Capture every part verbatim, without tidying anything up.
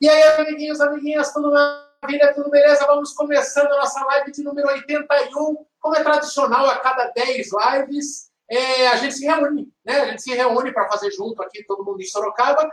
E aí, amiguinhos, amiguinhas, tudo maravilha, tudo beleza? Vamos começando a nossa live de número oitenta e um. Como é tradicional, a cada dez lives, é, a gente se reúne, né? A gente se reúne para fazer junto aqui, todo mundo em Sorocaba,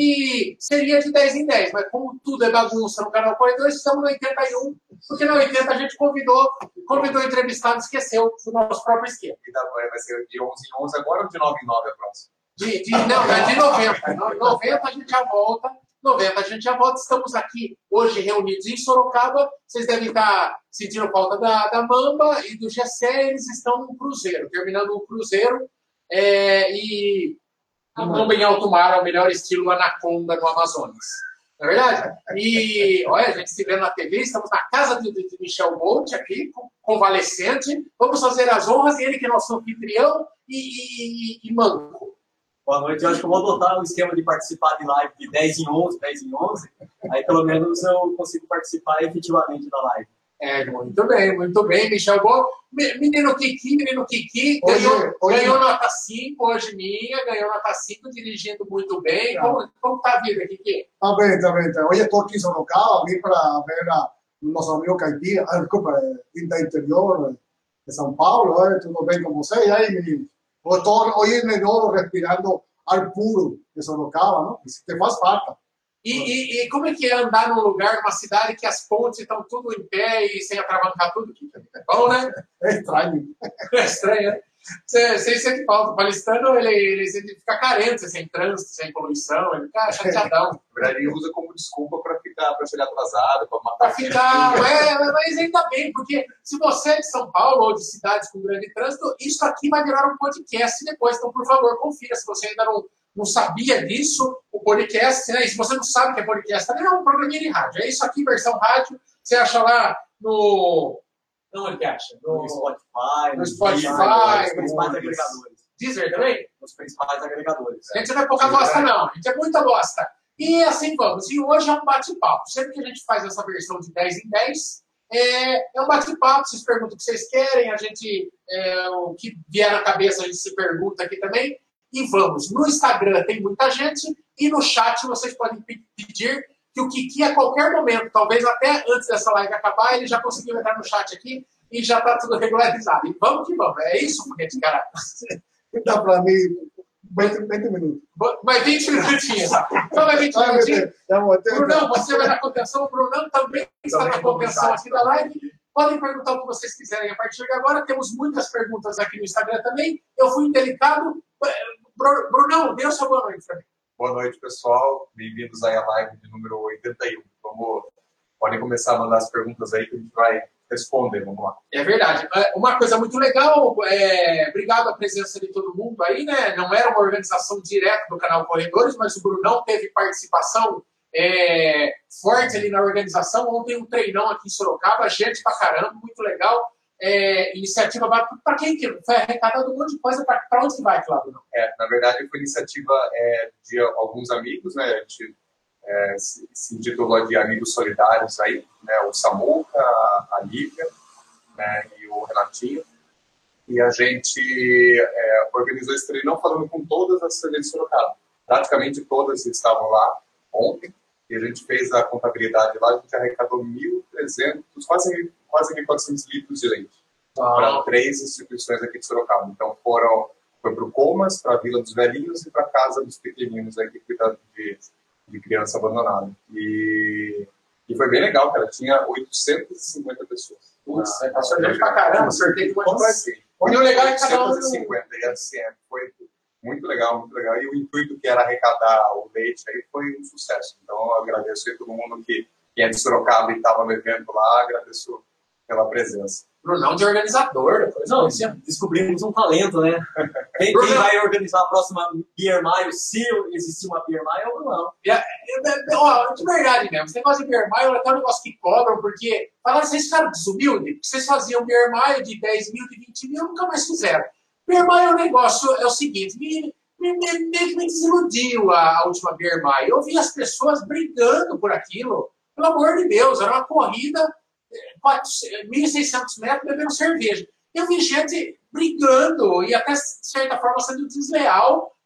e seria de dez em dez, mas como tudo é bagunça no canal Corredores, estamos no oitenta e um, porque na oitenta a gente convidou, convidou o entrevistado, esqueceu do nosso próprio esquema. E da vai ser de onze em onze agora ou de nove em nove a próxima? De, de, não, é de noventa. noventa a gente já volta. noventa a gente já volta. Estamos aqui hoje reunidos em Sorocaba. Vocês devem estar sentindo falta da, da Mamba e do Gessé. Eles estão no cruzeiro, terminando um cruzeiro. É, e a Mamba em alto mar é o melhor estilo Anaconda no Amazonas. Não é verdade? E olha, a gente se vê na T V. Estamos na casa de, de Michel Bolt aqui, convalescente. Vamos fazer as honras. Ele que é nosso anfitrião e, e, e manco. Boa noite, eu acho que eu vou adotar o esquema de participar de live de dez em onze, dez em onze, aí pelo menos eu consigo participar efetivamente da live. É, muito bem, muito bem, Michel. Bom, menino Kiki, menino Kiki, ganhou, hoje, hoje... ganhou nota cinco, hoje minha, ganhou nota cinco, dirigindo muito bem. Como, como tá a vida, Kiki? Tá bem, tá bem, tá. Hoje estou aqui em Sorocaba, vim para ver a nosso amigo Caipira, ah, desculpa, da interior de São Paulo, eh? Tudo bem com você? E aí, menino? Hoje melhor respirando ar puro de Sorocaba, não? Que faz falta. E, e, e como é que é andar num lugar, numa cidade que as pontes estão tudo em pé e sem atravancar tudo? É bom, né? É estranho. É estranho, né? Você sente falta. O paulistano, ele, ele, ele fica carente, sem trânsito, sem poluição, ele fica chateadão. Na verdade, ele usa como desculpa para ficar, para chegar atrasado, para matar. Para ficar, é, mas ainda bem, porque se você é de São Paulo ou de cidades com grande trânsito, isso aqui vai virar um podcast depois. Então, por favor, confira. Se você ainda não, não sabia disso, o podcast, né? E se você não sabe o que é podcast, também é um programinha de rádio. É isso aqui, versão rádio. Você acha lá no... Não, ele acha? No, no Spotify, no Spotify, nos principais agregadores. Deezer também? Nos principais agregadores. A gente não é pouca bosta, não. A gente é muita bosta. E assim vamos. E hoje é um bate-papo. Sempre que a gente faz essa versão de dez em dez, é, é um bate-papo. Vocês perguntam o que vocês querem, a gente, é, o que vier na cabeça, a gente se pergunta aqui também. E vamos. No Instagram tem muita gente e no chat vocês podem pedir que o Kiki, a qualquer momento, talvez até antes dessa live acabar, ele já conseguiu entrar no chat aqui e já está tudo regularizado. E vamos que vamos. É isso, foguete, cara. Dá para mim vinte, vinte minutos. Mas vinte minutinhos. Então vai vinte minutinhos. Brunão, você vai na contenção. O Brunão também está na contenção aqui da live. Podem perguntar o que vocês quiserem a partir de agora. Temos muitas perguntas aqui no Instagram também. Eu fui indelicado. Brunão, dê a sua boa noite para mim. Boa noite, pessoal. Bem-vindos aí à live de número oitenta e um. Vamos, podem começar a mandar as perguntas aí que a gente vai responder. Vamos lá. É verdade. Uma coisa muito legal, é, obrigado à presença de todo mundo aí, né? Não era uma organização direta do canal Corredores, mas o Brunão teve participação é, forte ali na organização. Ontem um treinão aqui em Sorocaba, gente pra caramba, muito legal. É, iniciativa para quem que foi arrecadado um monte de coisa, para onde que vai, Cláudio? É, na verdade, foi iniciativa é, de alguns amigos, né? A gente é, se, se intitulou de Amigos Solidários aí, né? O Samuca, a, a Lívia, né? E o Renatinho. E a gente é, organizou esse treinão falando com todas as cidades de Sorocaba. Praticamente todas estavam lá ontem. E a gente fez a contabilidade lá, a gente arrecadou mil e trezentos, quase, quase mil e quatrocentos litros de leite ah. para três instituições aqui de Sorocaba. Então foram, foi para o Comas, para a Vila dos Velhinhos e para a Casa dos Pequeninos, aqui cuidando de, de criança abandonada. E, e foi bem legal, cara. Tinha oitocentas e cinquenta pessoas. Putz, ah, passou gente pra caramba, sorteio de quanto vai ser. O legal é que cada um... oitocentas e cinquenta, e assim, foi muito legal, muito legal. E o intuito que era arrecadar o leite aí foi um sucesso. Então eu agradeço a todo mundo que, que é de Sorocaba e estava no evento lá, agradeço pela presença. Brunão de organizador. Não, descobrimos um talento, né? Quem, quem vai organizar a próxima Beer Mile, se existir uma Beer Mile, é o Brunão. Ó, de verdade mesmo, esse negócio de Beer Mile é até um negócio que cobram, porque falaram, vocês ficaram desumildes, porque vocês faziam Beer Mile de dez mil, de vinte mil, nunca mais fizeram. Beer Mile é um negócio, é o seguinte, me, me, me, me, me desiludiu a, a última Beer Mile. Eu vi as pessoas brigando por aquilo, pelo amor de Deus, era uma corrida, mil e seiscentos metros bebendo cerveja. Eu vi gente brigando e até, de certa forma, sendo desleal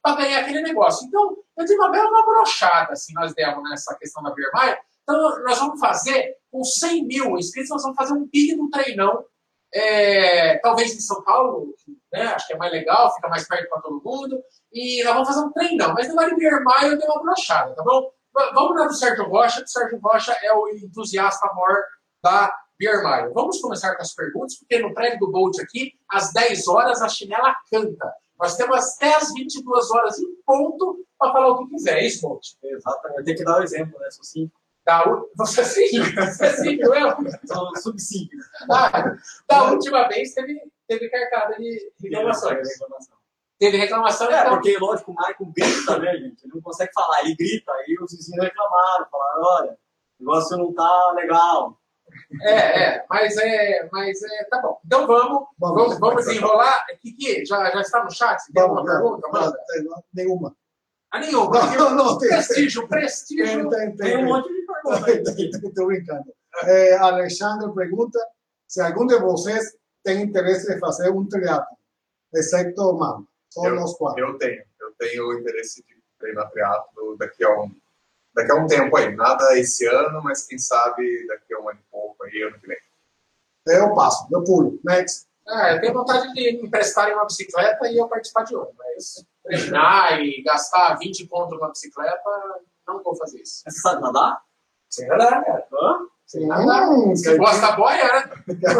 para ganhar aquele negócio. Então, eu tive uma bela uma brochada, assim, nós demos nessa questão da Beer Mile. Então, nós vamos fazer, com cem mil inscritos, nós vamos fazer um big no treinão, é, talvez em São Paulo, né? Acho que é mais legal, fica mais perto para todo mundo, e nós vamos fazer um treinão, mas no Vale Beer Mile eu dei uma brochada, tá bom? Vamos dar do Sérgio Rocha, o Sérgio Rocha é o entusiasta maior da Beer Mile. Vamos começar com as perguntas, porque no prédio do Bolt aqui, às dez horas, a chinela canta. Nós temos até às vinte e duas horas em ponto para falar o que quiser, é isso, Bolt? Exatamente, tem que dar o exemplo, né? São cinco. Da, você é cinco? Você é cinco, eu? São sub cinco. Ah, da última vez teve, teve carcada de reclamações. Teve reclamação, é, então... porque, lógico, o Michael grita, né, gente? Ele não consegue falar, ele grita. Aí os vizinhos reclamaram, falaram, olha, o negócio não tá legal. É, é, mas é, mas é, tá bom. Então vamos, vamos, vamos desenrolar. Kiki, já, já está no chat? Tem alguma pergunta? Manda. Nenhuma. Ah, nenhuma. Não, não, tem. Prestígio, prestígio. Tem, tem, Tem um monte de perguntas. Estou brincando. Eh, Alexandre pergunta se algum de vocês tem interesse de fazer um triatlo, exceto Mamba. Só Eu, nós quatro. eu tenho. Eu tenho interesse de treinar triatlo daqui a um daqui a um tempo aí. Nada esse ano, mas quem sabe daqui a um ano e pouco aí, ano que vem. Eu passo, eu pulo. Next. É, eu tenho vontade de me emprestarem uma bicicleta e eu participar de uma, mas treinar e gastar vinte pontos numa bicicleta, não vou fazer isso. Você sabe nadar? Sem nadar, cara. Hã? Sem nadar. Hum, Você gosta da boia, né?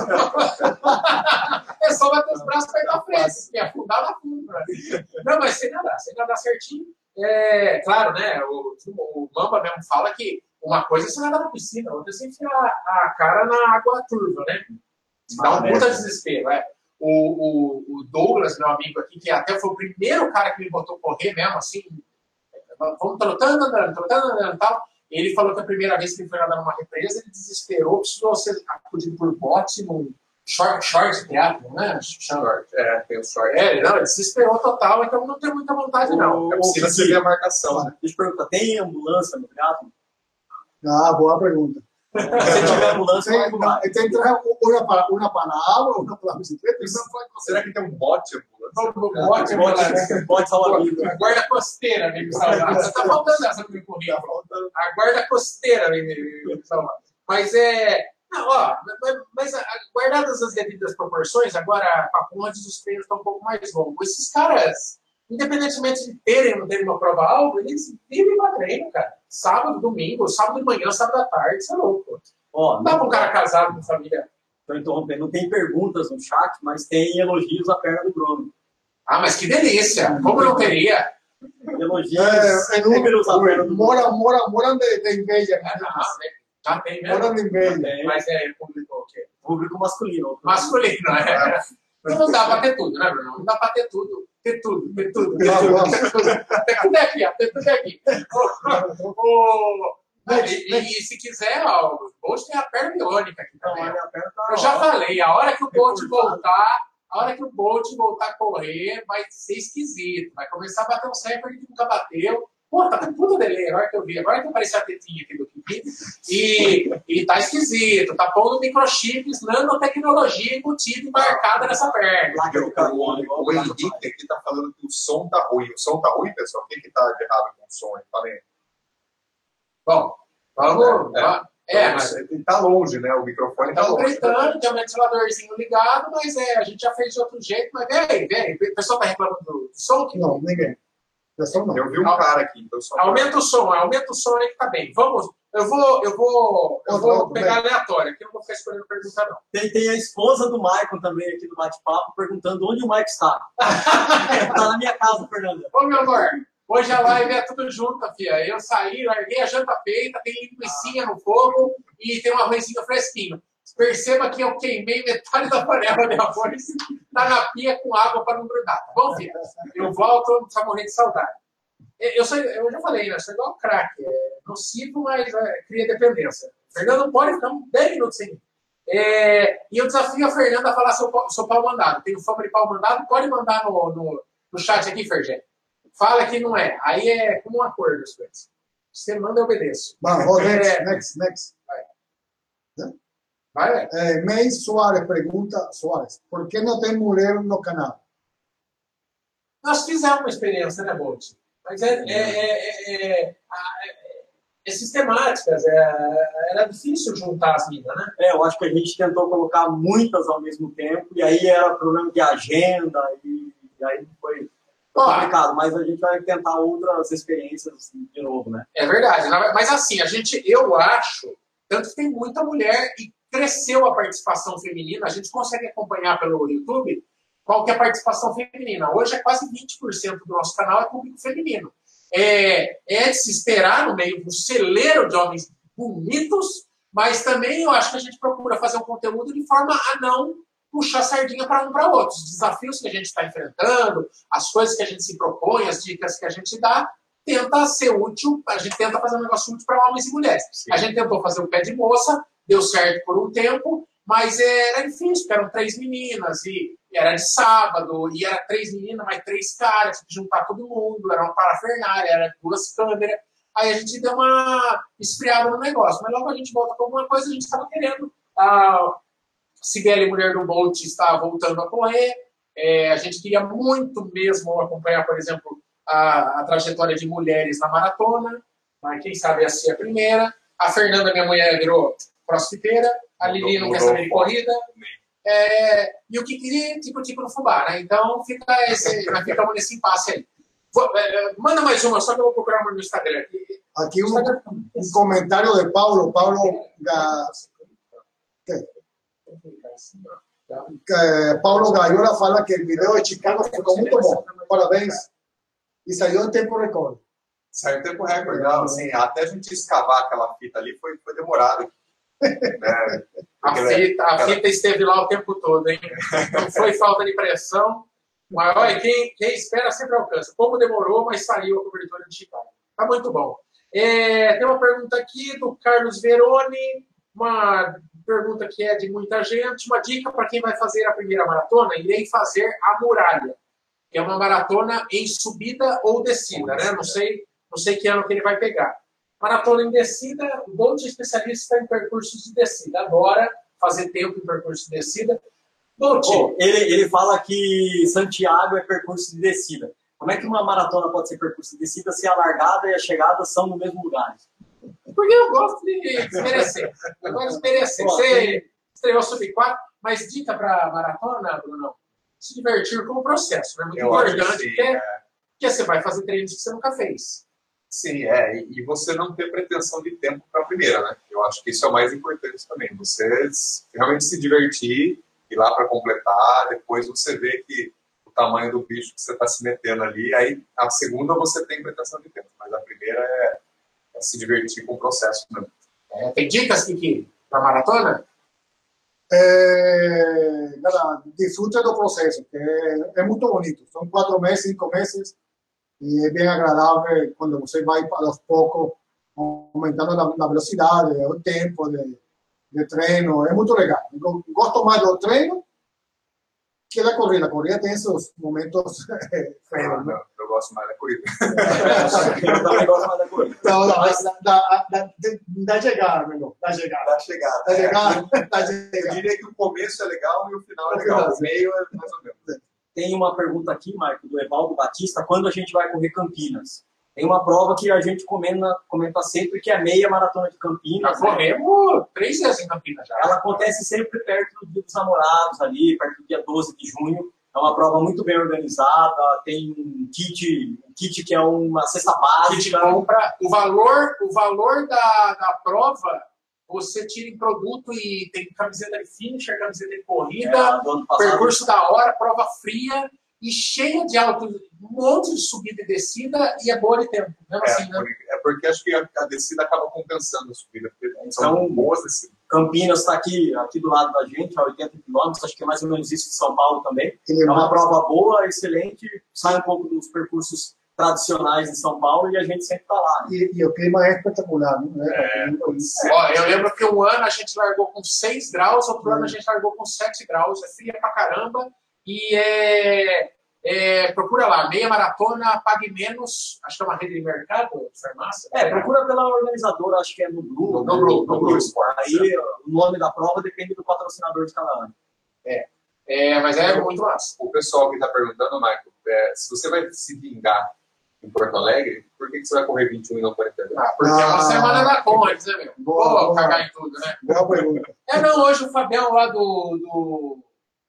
É só bater os braços para ir pra frente, e afundar na fundo. Né? Não, mas sem nadar, sem nadar certinho. É, claro, né? O, o Mamba mesmo fala que uma coisa é você nadar na piscina, outra é você enfiar a cara na água turva, né? Dá um puta desespero, é. O, o, o Douglas, meu amigo aqui, que até foi o primeiro cara que me botou correr mesmo, assim, vamos trotando, andando, trotando, andando e tal. Ele falou que a primeira vez que ele foi nadar numa represa, ele desesperou, precisou ser acudido por bote num short, short teatro, não é? Short, é, tem o short. É, ele, não, ele desesperou total, então não tem muita vontade, não. É possível você ver a marcação, né? Deixa eu perguntar, tem ambulância no triatlo? Ah, boa pergunta. Se tiver ambulância, Tem, vai voar. tem que trazer uma para, uma para a água, uma para a bicicleta. Será que tem um bote ambulância? Bote, Bote, bote salva-vida. A guarda costeira, amigo salvar. Você tá faltando essa pro meu currículo. A guarda costeira, amigo salvar. Mas é. Não, ó, mas, mas a- guardadas as devidas proporções, agora com a Condes os treinos estão um pouco mais longos. Esses caras, independentemente de terem ou não terem uma prova-alvo, eles vivem pra treino, cara. Sábado, domingo, sábado de manhã, sábado à tarde, isso é louco. Ó, Não dá pra um cara casado com família. tô interrompendo, não tem perguntas no chat, mas tem elogios à perna do Bruno. Ah, mas que delícia! Como não teria? Elogios, É, é, números à perna do Bruno. mora, mora, moram de, de inveja. Ah, não, né? Já tem mesmo. Moram de inveja. Tem Mas é público o quê? público masculino. Masculino, é. Não dá pra ter tudo, né, Bruno? Não dá pra ter tudo. Ter tudo, ter tudo. Ter Vamos, tudo, vamos. ter tudo. Ter tudo é aqui, ó. Ter tudo é aqui. O- o- E, e- e se quiser, ó, o Bolt tem a perna biônica aqui Então, também. a minha perna tá Eu já ó, falei, a hora que o Bolt reforçado. voltar, a hora que o Bolt voltar a correr, vai ser esquisito. Vai começar a bater um recorde que nunca bateu. Pô, tá com puta delay, agora que eu vi, agora que apareceu a tetinha aqui do Kiki. E, e tá esquisito, tá pondo microchips, nanotecnologia embutida e embarcada nessa perna. Placa de carbono, igual O placa de Henrique aqui tá falando que o som tá ruim. O som tá ruim, pessoal? O que que tá de errado com o som aí? Fala aí. Bom, vamos. É, é. va- É, mas Ele tá longe, né? O microfone tá estamos longe. gritando, tem um ventiladorzinho ligado, mas é, a gente já fez de outro jeito, mas vem aí, vem aí. O pessoal tá reclamando do som? Que Não, ninguém. Pessoal não. Eu vi um cara aqui, então só. Aumenta o som, aumenta o som aí que tá bem. Vamos, eu vou, eu vou, eu vou Outro, pegar bem. aleatório, aqui eu não vou ficar escolhendo pergunta, não. Tem, tem a esposa do Maicon também aqui no bate-papo perguntando onde o Mike está. Tá na minha casa, Fernanda. Ô, meu amor, hoje a live é tudo junto, filha. Eu saí, larguei a janta feita, tem linguicinha no fogo e tem um arrozinho fresquinho. Perceba que eu queimei metade da panela de arroz, tá na pia com água para não grudar. Tá bom, filha? Eu volto, não precisa morrer de saudade. Eu, sou, eu já falei, né? Eu sou igual crack. É nocivo, mas é, cria dependência. O Fernando não pode ficar uns dez minutos sem mim. É, e eu desafio a Fernanda a falar seu, pau- seu pau mandado. Tenho fama de pau mandado? Pode mandar no, no, no chat aqui, Fergé. Fala que não é. Aí é como um acordo as coisas. Você manda, eu obedeço. Vamos, next, É, next, next. vai, vai. Eh, May Soares pergunta, Soares, ¿por qué no tem mulher no canal? Nós fizemos uma experiência, né, Bolt? Mas é, é, é, é, é sistemática, é, era difícil juntar as minas, né? É, eu acho que a gente tentou colocar muitas ao mesmo tempo, e aí era problema de agenda, e, e aí foi complicado, mas a gente vai tentar outras experiências de novo, né? É verdade, mas assim, a gente, eu acho, tanto que tem muita mulher e cresceu a participação feminina, a gente consegue acompanhar pelo YouTube qual que é a participação feminina. Hoje é quase vinte por cento do nosso canal é público feminino. É, é de se esperar no meio do celeiro de homens bonitos, mas também eu acho que a gente procura fazer um conteúdo de forma a não puxar sardinha para um para outro. Os desafios que a gente está enfrentando, as coisas que a gente se propõe, as dicas que a gente dá, tenta ser útil, a gente tenta fazer um negócio útil para homens e mulheres. Sim. A gente tentou fazer o pé de moça, deu certo por um tempo, mas era difícil, porque eram três meninas, e era de sábado, e era três meninas, mais três caras, tinha que juntar todo mundo, era uma parafernália, era duas câmeras. Aí a gente deu uma esfriada no negócio, mas logo a gente volta para alguma coisa, a gente estava querendo. A Cibele, mulher do Bolt, está voltando a correr, é, a gente queria muito mesmo acompanhar, por exemplo, a, a trajetória de mulheres na maratona, mas quem sabe essa ser a primeira. A Fernanda, minha mulher, virou crossfiteira, a Lili não quer saber de corrida, é, e o que queria, tipo, tipo no fubá, né? Então fica esse, ficamos nesse impasse aí. Vou, é, manda mais uma, só que eu vou procurar no Instagram. Aqui um, um comentário de Paulo, Paulo da... Que, Paulo Gaiola fala que o vídeo de Chicago ficou muito bom. Parabéns. E saiu em tempo recorde. Saiu em tempo recorde, não, assim, até a gente escavar aquela fita ali foi, foi demorado. Né? A, fita, a fita esteve lá o tempo todo, hein? Não foi falta de pressão. Mas olha, quem, quem espera sempre alcança. Como demorou, mas saiu a cobertura de Chicago. Tá muito bom. É, tem uma pergunta aqui do Carlos Veroni, uma pergunta que é de muita gente. Uma dica para quem vai fazer a primeira maratona: irei fazer a Muralha, que é uma maratona em subida ou descida, né? Não sei, não sei que ano que ele vai pegar. Maratona em descida, o Bolt é especialista em percursos de descida. Adora fazer tempo em percurso de descida. Bolt, oh, ele, ele fala que Santiago é percurso de descida. Como é que uma maratona pode ser percurso de descida se a largada e a chegada são no mesmo lugar? Porque eu gosto de desmerecer. Eu gosto de desmerecer. Você estreou sub quatro, mas dica para maratona, Bruno? Se divertir com o processo. É muito eu importante, sim, porque, é. porque você vai fazer treinos que você nunca fez. Sim, é. E você não ter pretensão de tempo para a primeira, né? Eu acho que isso é o mais importante também. Você realmente se divertir, ir lá para completar, depois você vê que o tamanho do bicho que você está se metendo ali, aí a segunda você tem pretensão de tempo, mas a primeira é, é se divertir com o processo mesmo. É, tem dicas, Kiki, para maratona? É, cara, disfrute do processo, que é, é muito bonito. São quatro meses, cinco meses, e é bem agradável quando você vai aos poucos aumentando a, a velocidade, o tempo de, de treino. É muito legal. Eu gosto mais do treino que da corrida. A corrida tem esses momentos feios. Não, eu gosto mais da corrida. Eu também gosto mais da corrida. Não, não, mas da, da, da, da chegada, meu irmão. Da chegada. Da chegada. Da chegada. É. Da chegada. Eu diria que o começo é legal e o final é legal. O meio é mais ou menos. Tem uma pergunta aqui, Marco, do Evaldo Batista. Quando a gente vai correr Campinas? Tem uma prova que a gente comenta, comenta sempre, que é a meia maratona de Campinas. Já corremos três vezes em Campinas já. Ela acontece sempre perto do Dia dos Namorados, ali, perto do dia doze de junho. É uma prova muito bem organizada, tem um kit, um kit que é uma cesta básica. Kit compra. O valor, o valor da, da prova, você tira em produto e tem camiseta de finisher, camiseta de corrida, é, percurso da hora, prova fria e cheia de alto, um monte de subida e descida, e é boa de tempo. Não é, é, assim, né? porque, é porque acho que a, a descida acaba compensando a subida, porque são então, boas descidas. Campinas está aqui, aqui do lado da gente, a oitenta quilômetros, acho que é mais ou menos isso de São Paulo também. É uma prova boa, excelente, sai um pouco dos percursos tradicionais de São Paulo e a gente sempre está lá. Né? E, e o clima é espetacular, né? É. É. Ó, eu lembro que um ano a gente largou com seis graus, outro é. ano a gente largou com sete graus, é fria pra caramba. E é, é, procura lá, meia maratona, pague menos, acho que é uma rede de mercado, de farmácia. É, procura pela organizadora, acho que é no Blue. No, no Blue, no Blue Sport. Aí o nome da prova depende do patrocinador de cada ano. É. É, mas é muito massa. O pessoal que está perguntando, Michael, é, se você vai se vingar em Porto Alegre, por que, que você vai correr vinte e um e não quarenta e dois? Ah, porque ah, é uma semana da Conrads, né, meu? Boa, Vou boa. cagar em tudo, né? Boa pergunta. É, não, hoje o Fabião lá do, do,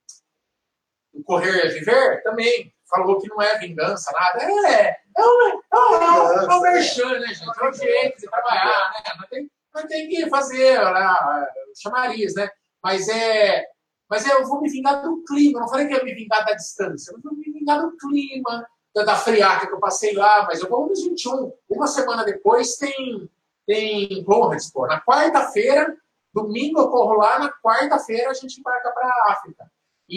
do Correr é Viver também falou que não é vingança, nada. É, é um, é um, é um merchan, né, gente? É um jeito de trabalhar, né? Não tem, não tem que fazer lá, chamariz, né? Mas é, mas é, eu vou me vingar do clima. Eu não falei que ia me vingar da distância. Eu vou me vingar do clima, da, da friaca que eu passei lá. Mas eu vou nos vinte e um. Uma semana depois tem, tem Conrads, pô. Na quarta-feira, domingo eu corro lá. Na quarta-feira a gente embarca para a África.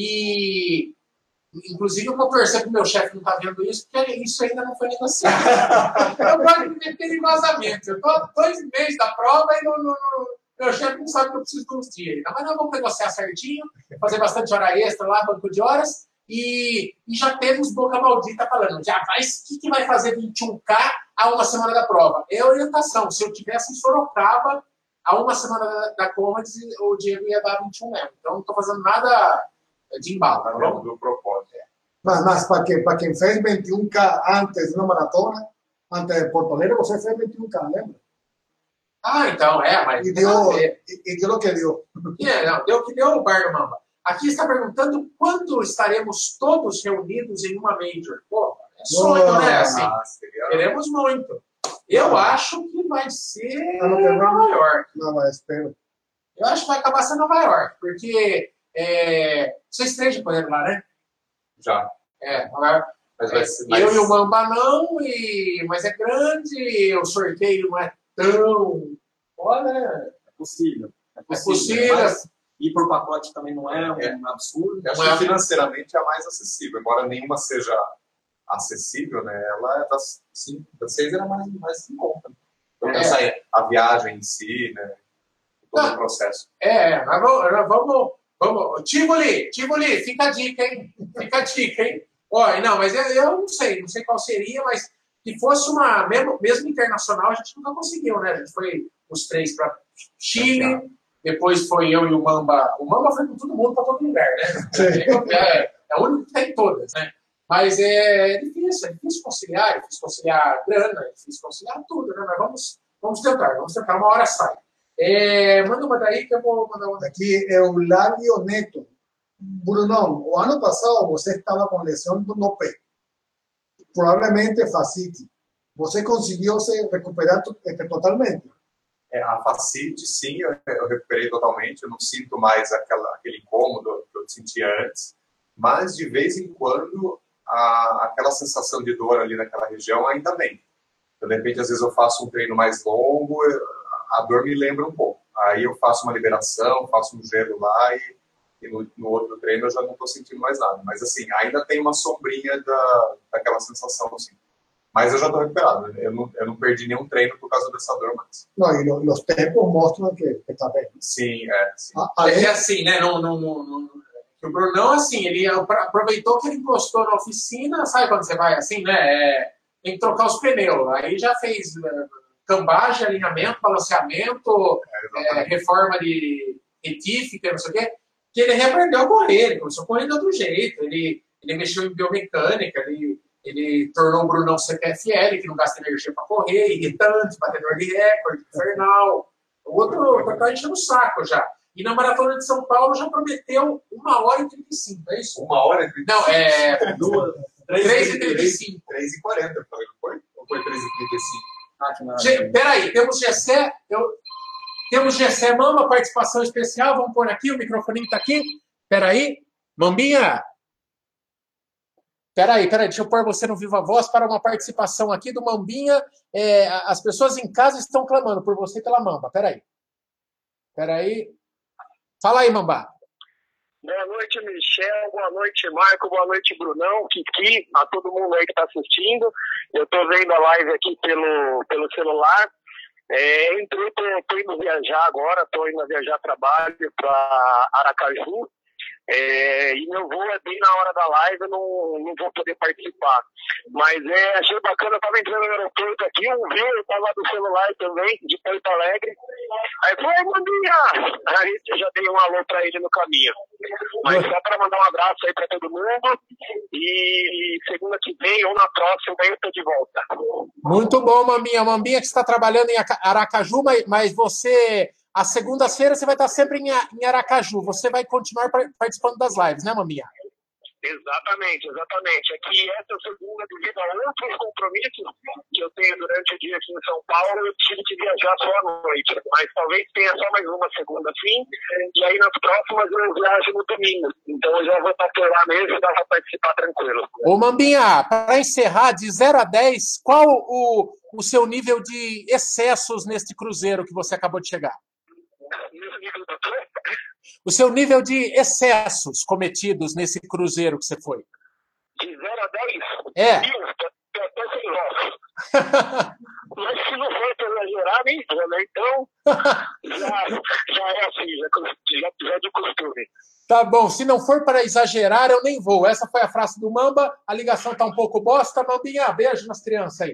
E... Inclusive, eu vou torcer para o meu chefe não estar vendo isso, porque isso ainda não foi negociado. Eu gosto de meter perigosamente. Eu estou há dois meses da prova e no, no, no, meu chefe não sabe que eu preciso de uns dias ainda. Mas nós vamos negociar certinho, fazer bastante hora extra lá, banco de horas, e, e já temos boca maldita falando, já vai, o que, que vai fazer vinte e um K a uma semana da prova? É orientação. Se eu tivesse em Sorocaba, a uma semana da, da Conrads, o Diego ia dar vinte e um mesmo. Então, não estou fazendo nada de embalo, tá bom? Do propósito. Mas, mas para quem, para quem fez vinte e um K antes de uma maratona, antes de Porto Alegre, você fez vinte e um K, lembra? Ah, então, é, mas... E deu, e, e deu o que deu. É, não, deu o que deu o Bar do Mamba. Aqui está perguntando quando estaremos todos reunidos em uma Major. Pô, é sonho, oh, né? Assim, queremos muito. Eu acho que vai ser ah, Nova York. Não, mas espero. Eu acho que vai acabar sendo Nova York, porque... É... Vocês três já correram lá, né? Já. É, mas vai ser mais... Eu e o Mamba não, e... mas é grande, o sorteio não é tão... Olha, é possível. É possível. É possível. Mas ir por pacote também não é um é. absurdo. Eu acho que financeiramente é a mais acessível, embora nenhuma seja acessível, né? Ela é das, sim, das seis era mais, mais em conta. Então, é. Essa, a viagem em si, né? Todo não. o processo. É, nós vamos... Nós vamos... Vamos, Tivoli, Tivoli, fica a dica, hein? Fica a dica, hein? Olha, não, mas eu, eu não sei, não sei qual seria, mas se fosse uma, mesmo, mesmo internacional, a gente nunca conseguiu, né? A gente foi os três para Chile, depois foi eu e o Mamba. O Mamba foi com todo mundo para todo lugar, né? É, é o único que tem todas, né? Mas é difícil, é difícil conciliar, é difícil conciliar grana, é difícil conciliar tudo, né? Mas vamos, vamos tentar, vamos tentar, uma hora sai. É, manda uma daí que eu vou mandar uma. Aqui é o Lábio Neto. Brunão, o ano passado você estava com lesão no pé. Provavelmente fascite. Você conseguiu se recuperar totalmente? É, a fascite, sim, eu, eu recuperei totalmente. Eu não sinto mais aquela, aquele incômodo que eu sentia antes. Mas, de vez em quando, a, aquela sensação de dor ali naquela região ainda vem. Então, de repente, às vezes eu faço um treino mais longo, a dor me lembra um pouco. Aí eu faço uma liberação, faço um gelo lá e, e no, no outro treino eu já não estou sentindo mais nada. Mas assim, ainda tem uma sombrinha da, daquela sensação, assim. Mas eu já estou recuperado. Né? Eu, não, eu não perdi nenhum treino por causa dessa dor mais. Não, e os tempos mostram que está bem. Sim, é. Sim. Ah, é assim, né? Não, não, não, não, o Brunão, assim, ele aproveitou que ele encostou na oficina, sabe quando você vai assim, né? É, tem que trocar os pneus. Aí já fez... cambagem, alinhamento, balanceamento, é, é, reforma de retífica, não sei o quê, que ele reaprendeu a correr, ele começou a correr de outro jeito, ele, ele mexeu em biomecânica, ele, ele tornou o Brunão C P F L, que não gasta energia para correr, irritante, batedor de recorde, infernal, o outro está enchendo o saco já. E na Maratona de São Paulo já prometeu uma hora e trinta e cinco, é isso? Uma hora e trinta e cinco? Não, é... Duas, três e trinta e cinco. três e quarenta, foi? Ou foi três e trinta e cinco? Peraí, temos Gessé, eu, temos Gessé Mamba, participação especial, vamos pôr aqui, o microfoninho está aqui, peraí, Mambinha, peraí, peraí, deixa eu pôr você no Viva Voz para uma participação aqui do Mambinha, é, as pessoas em casa estão clamando por você e pela Mamba, peraí, peraí, fala aí, Mamba. Boa noite, Michel. Boa noite, Marco. Boa noite, Brunão, Kiki, a todo mundo aí que está assistindo. Eu estou vendo a live aqui pelo, pelo celular. É, entrei, estou indo viajar agora, estou indo viajar a trabalho para Aracaju. É, e meu voo é bem na hora da live, eu não, não vou poder participar. Mas é, achei bacana, eu tava entrando no aeroporto aqui, um viu, eu tava do celular também, de Porto Alegre. Aí falou, ô Mandinha! Aí eu já dei um alô pra ele no caminho. Mas só para mandar um abraço aí para todo mundo. E segunda que vem ou na próxima eu tô de volta. Muito bom, Maminha. Maminha que está trabalhando em Aracaju, mas você, às segundas-feiras, você vai estar sempre em Aracaju. Você vai continuar participando das lives, né, Maminha? Exatamente, exatamente. Aqui essa segunda, devido a outros compromissos que eu tenho durante o dia aqui em São Paulo, eu tive que viajar só à noite. Mas talvez tenha só mais uma segunda assim, e aí nas próximas eu viajo no domingo. Então eu já vou estar por lá mesmo e dá para participar tranquilo. Ô Mambinha, para encerrar, de zero a dez, qual o, o seu nível de excessos neste cruzeiro que você acabou de chegar? O seu nível de excessos cometidos nesse cruzeiro que você foi? De zero a dez? É. Mil, até sem voz. Mas se não for para exagerar, nem vou, né? Então, já, já é assim, já, já, já é de costume. Tá bom, se não for para exagerar, eu nem vou. Essa foi a frase do Mamba, a ligação tá um pouco bosta. Mambinha, beijo nas crianças aí.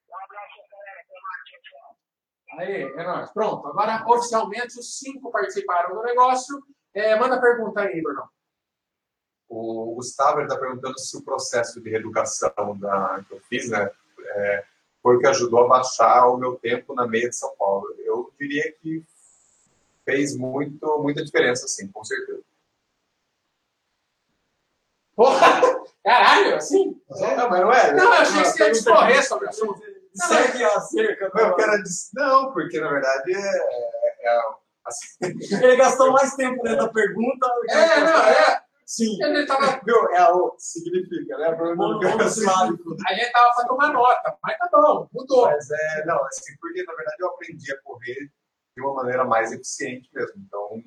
Aí, é nóis. Pronto, agora oficialmente os cinco participaram do negócio. É, manda pergunta aí, Bruno. O Gustavo está perguntando se o processo de reeducação da, que eu fiz, né, é, foi o que ajudou a baixar o meu tempo na meia de São Paulo. Eu diria que fez muito, muita diferença, sim, com certeza. Porra! Caralho, assim? É, não, mas não é. Não, eu achei que você ia discorrer sobre o assunto. Segue a cerca. Não, eu quero dizer, não, porque na verdade é, é, é assim. Ele gastou mais tempo dentro da pergunta. É, não, é. Sim. Ele tava. Viu? É o significa, né? Aí ele tava para tomar nota, mas tá bom, mudou. Mas é, não, assim, porque na verdade eu aprendi a correr de uma maneira mais eficiente mesmo. Então,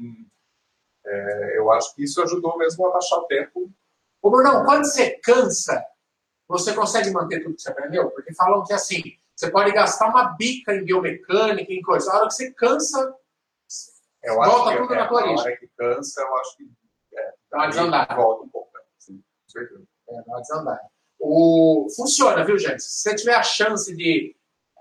é, eu acho que isso ajudou mesmo a baixar o tempo. Ô, Brunão, quando você cansa, você consegue manter tudo que você aprendeu? Porque falam que assim, você pode gastar uma bica em biomecânica, em coisa. A hora que você cansa, eu volta acho que, tudo é, na tua origem. origem. A hora que cansa, eu acho que é, dá uma desandada. Volta um pouco, né? Sim, com certeza. É, dá uma desandada. O... Funciona, viu, gente? Se você tiver a chance de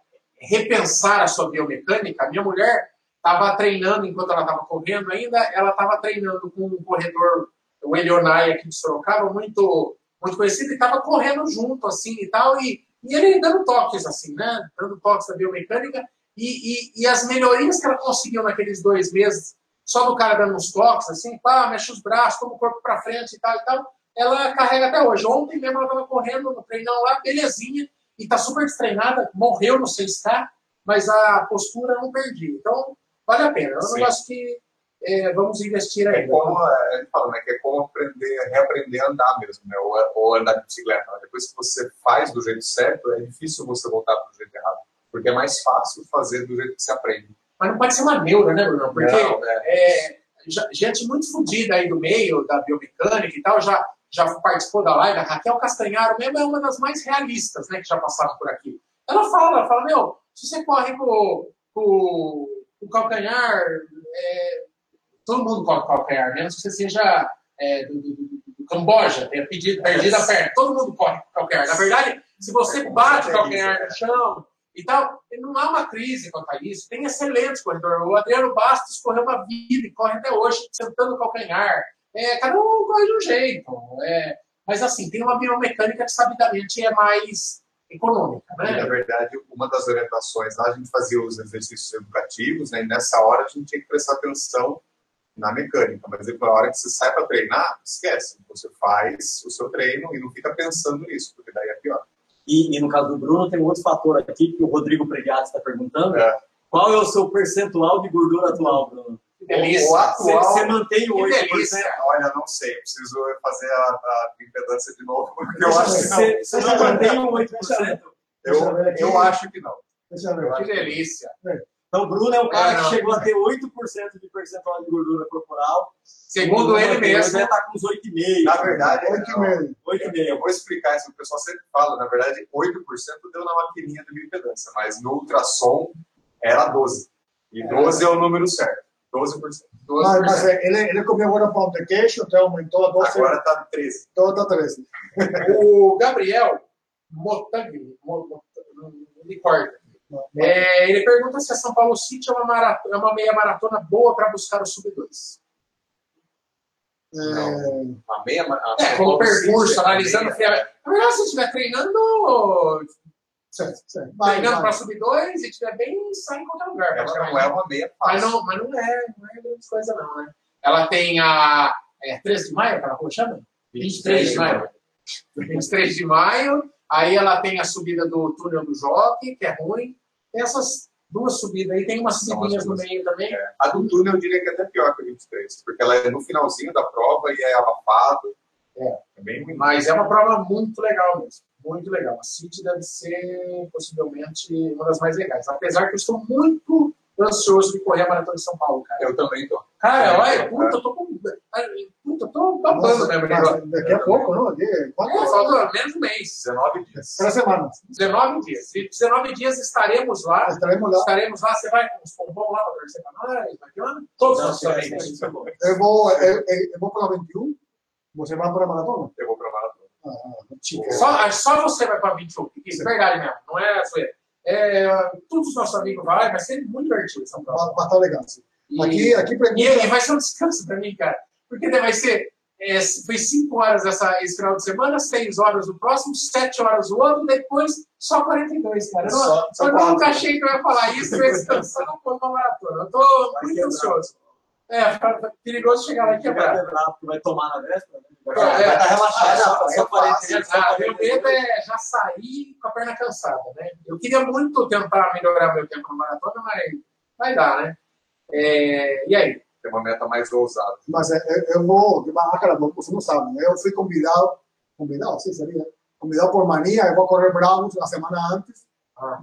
repensar a sua biomecânica, a minha mulher estava treinando, enquanto ela estava correndo ainda, ela estava treinando com um corredor, o Elionai aqui de Sorocaba, muito, muito conhecido, e estava correndo junto, assim, e tal, e, e ele dando toques, assim, né? Dando toques da biomecânica, e, e, e as melhorias que ela conseguiu naqueles dois meses, só do cara dando uns toques, assim, pá, mexe os braços, toma o corpo para frente e tal, e tal, ela carrega até hoje. Ontem mesmo ela estava correndo no treinão lá, belezinha, e está super destreinada, morreu no seis K, mas a postura não perdi. Então, vale a pena. É um Sim. negócio que é, vamos investir aí. É como, ele fala, né, que é como aprender, reaprender a andar mesmo, né, ou, ou andar de bicicleta. Né? Depois que você faz do jeito certo, é difícil você voltar para o jeito errado, porque é mais fácil fazer do jeito que você aprende. Mas não pode ser uma neura, né, Bruno? Porque não, né? é, já, gente muito fodida aí do meio da biomecânica e tal, já, já participou da live. A Raquel Castanharo mesmo é uma das mais realistas, né, que já passaram por aqui. Ela fala, ela fala, meu, se você corre com, com, com o calcanhar, é, todo mundo corre com o calcanhar, menos que você seja é, do, do, do, do Camboja, tenha pedido, perdido a perna. Todo mundo corre com o calcanhar. Na verdade, se você bate o calcanhar no chão e tal, não há uma crise quanto a isso. Tem excelentes corredores. O Adriano Bastos correu uma vida e corre até hoje, sentando o calcanhar. É, cada um corre de um jeito. É, mas assim, tem uma biomecânica que sabidamente é mais econômica, né? E, na verdade, uma das orientações lá, a gente fazia os exercícios educativos, né, e nessa hora a gente tinha que prestar atenção na mecânica, mas na hora que você sai para treinar, esquece. Você faz o seu treino e não fica pensando nisso, porque daí é pior. E, e no caso do Bruno, tem um outro fator aqui que o Rodrigo Pregato está perguntando. É. Qual é o seu percentual de gordura atual, Bruno? Delícia. O atual, você, você mantém o oito por cento? Olha, não sei, preciso fazer a, a impedância de novo. Porque eu você, acho que você, você já mantém o oito por cento? Eu, eu acho que não. Que delícia. Então, o Bruno é um cara é, que chegou a ter oito por cento de percentual de gordura corporal. Segundo ele mesmo. Ele está com uns oito vírgula cinco por cento. Na verdade, oito vírgula cinco por cento. Eu vou explicar isso, o pessoal sempre fala. Na verdade, oito por cento deu na maquininha de bioimpedância, mas no ultrassom era doze. E doze é o número certo. doze por cento. Mas, mas ele, ele comeu agora pão de queijo, então aumentou a doze. Agora está treze. Então está treze. O Gabriel Motagli, ele corta. É, ele pergunta se a São Paulo City é uma, maratona, é uma meia maratona boa para buscar o sub dois. É... A meia, a É, como percurso, City, analisando. meia, Na verdade, se estiver treinando, Certo, certo. Vai, treinando vai. para sub dois e estiver bem, sai em qualquer lugar. ela praticamente. não é uma meia Mas fácil. não, mas não é, não é grande coisa, não, né? Ela tem a é, treze de maio, aquela rua chama? vinte e três de maio. vinte e três de maio, aí ela tem a subida do túnel do Jockey, que é ruim. Tem essas duas subidas aí, tem umas subidinhas no meio também. É. A do túnel eu diria que é até pior que a vinte e três, porque ela é no finalzinho da prova e é abafado. É. É bem ruim. Mas é uma prova muito legal mesmo. Muito legal. A City deve ser, possivelmente, uma das mais legais. Apesar que eu estou muito ansioso de correr a Maratona de São Paulo, cara. Eu também tô. Cara, É, olha, é, puta, eu tô com... Puta, eu tô babando mesmo. Mas daqui a pouco, não? Aqui, É, quanto? falta menos de um mês. dezenove dias. Três semanas. dezenove dias. E dezenove dias estaremos lá. Estaremos lá. Estaremos lá. Você vai com os pompons lá para torcer para nós? Bacana? Todos Não, os sim, amigos. sim, sim. Eu vou, eu, eu, eu vou para vinte e um. Você vai para a maratona? Eu vou pra maratona. Ah, chica. Só, só você vai para vinte e um. Isso é verdade mesmo. Não é zoeira. É, todos os nossos amigos vão, vai ser muito divertido essa prova. Vai, vai estar legal. Sim. E, Aqui, aqui pergunta... e, e vai ser um descanso para mim, cara. Porque daí vai ser. É, foi cinco horas essa, esse final de semana, seis horas o próximo, sete horas o outro, depois só quarenta e dois, cara. Eu, não, Só- só eu nunca quatro. achei que eu ia falar isso, eu ia descansar não foi uma maratona. Eu tô Vai muito quebrar. ansioso. É, fica perigoso chegar lá e Vai quebrar. quebrar, porque vai tomar na véspera, né? Vai É, estar relaxado. é, só- é só quarenta fácil, só ah, quarenta meu medo é já sair com a perna cansada, né? Eu queria muito tentar melhorar meu tempo na maratona, mas vai dar, né? É, e aí? Tem uma meta mais ousada. Mas eu, eu vou... Ah, cara, você não sabe, né? Eu fui convidado... Convidado, sim, seria. Convidado por Mania, eu vou correr Bravos a semana antes. Ah,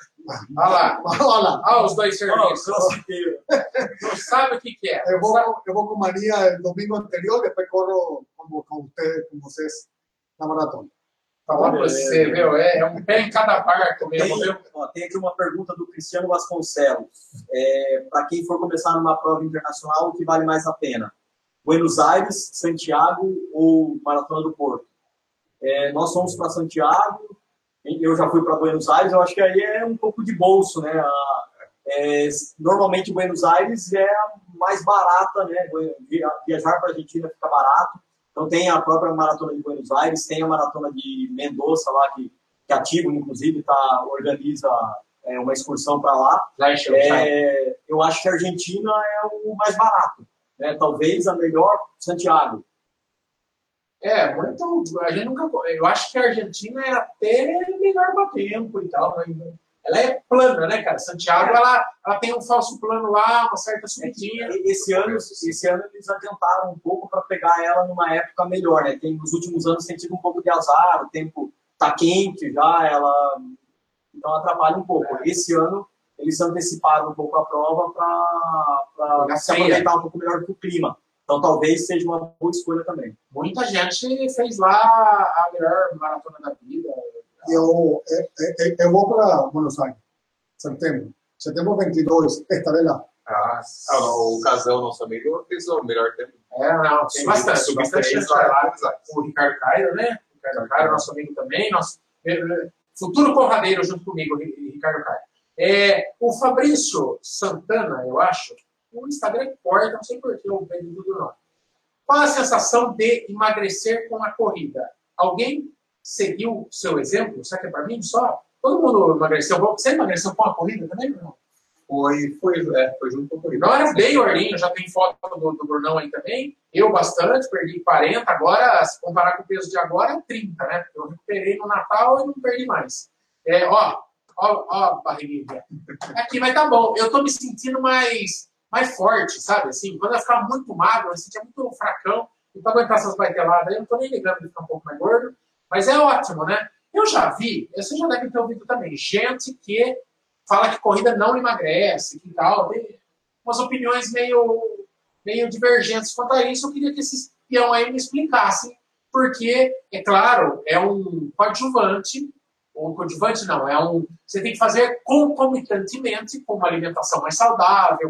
olha lá. Olha lá. Olha os dois Não, serviços. crossfiteiro. Não sabe o que, que é. Eu vou, eu vou com Mania o domingo anterior, depois corro com, com, você, com vocês na maratona. Tá bom, você, viu? É, é um pé em cada barco mesmo, viu? Tem, ó, tem aqui uma pergunta do Cristiano Vasconcelos. É, para quem for começar numa prova internacional, o que vale mais a pena? Buenos Aires, Santiago ou Maratona do Porto? É, nós fomos para Santiago, eu já fui para Buenos Aires, eu acho que aí é um pouco de bolso, né? A, é, normalmente Buenos Aires é a mais barata, né? Viajar para a Argentina fica barato. Então tem a própria Maratona de Buenos Aires, tem a Maratona de Mendoza lá, que, que ativo, inclusive, tá, organiza é, uma excursão para lá. Já encheu, É, eu acho que a Argentina é o mais barato, né? Talvez a melhor, Santiago. É, muito. A gente nunca. Eu acho que a Argentina é até melhor para tempo e tal. Mas ela é plana, né, cara? Santiago, ela, ela tem um falso plano lá, uma certa subidinha. Esse ano, esse ano eles adiantaram um pouco para pegar ela numa época melhor, né? Tem, nos últimos anos tem tido um pouco de azar, o tempo tá quente já, ela então atrapalha um pouco. Esse ano eles anteciparam um pouco a prova para se aproveitar um pouco melhor do clima. Então talvez seja uma boa escolha também. Muita gente fez lá a melhor maratona da vida. Eu, eu, eu, eu vou para Buenos Aires, setembro. Setembro vinte e dois, estarei lá. Ah, o Casão, nosso amigo, fez o melhor tempo. É, não, tem bastante. Sub Bastante três gente vai lá. lá. O Ricardo Cairo, né? O Ricardo Cairo, nosso amigo também. Nosso futuro porradeiro junto comigo, o Ricardo Cairo. É, o Fabrício Santana, eu acho, o Instagram corta, não sei porquê, eu vejo tudo não. Qual a sensação de emagrecer com a corrida? Alguém seguiu seu exemplo? Será que é para mim só? Todo mundo emagreceu? Você emagreceu com a corrida também, não? Foi, foi, é, foi junto com a corrida. Não era bem orlinho, já tem foto do, do Brunão aí também. Eu bastante, perdi quarenta, agora, se comparar com o peso de agora, é trinta, né? Porque eu recuperei no Natal e não perdi mais. É, ó, ó, ó, barriguinha. Aqui, mas tá bom. Eu tô me sentindo mais, mais forte, sabe? Assim, quando eu ficava muito magro, eu me sentia muito fracão. E pra aguentar essas baiteladas aí, eu não tô nem ligando de ficar um pouco mais gordo. Mas é ótimo, né? Eu já vi, você já deve ter ouvido também, gente que fala que corrida não emagrece, que tal. Tem umas opiniões meio, meio divergentes quanto a isso. Eu queria que esses peão aí me explicassem, porque, é claro, é um coadjuvante, ou coadjuvante não, é um. Você tem que fazer concomitantemente com uma alimentação mais saudável,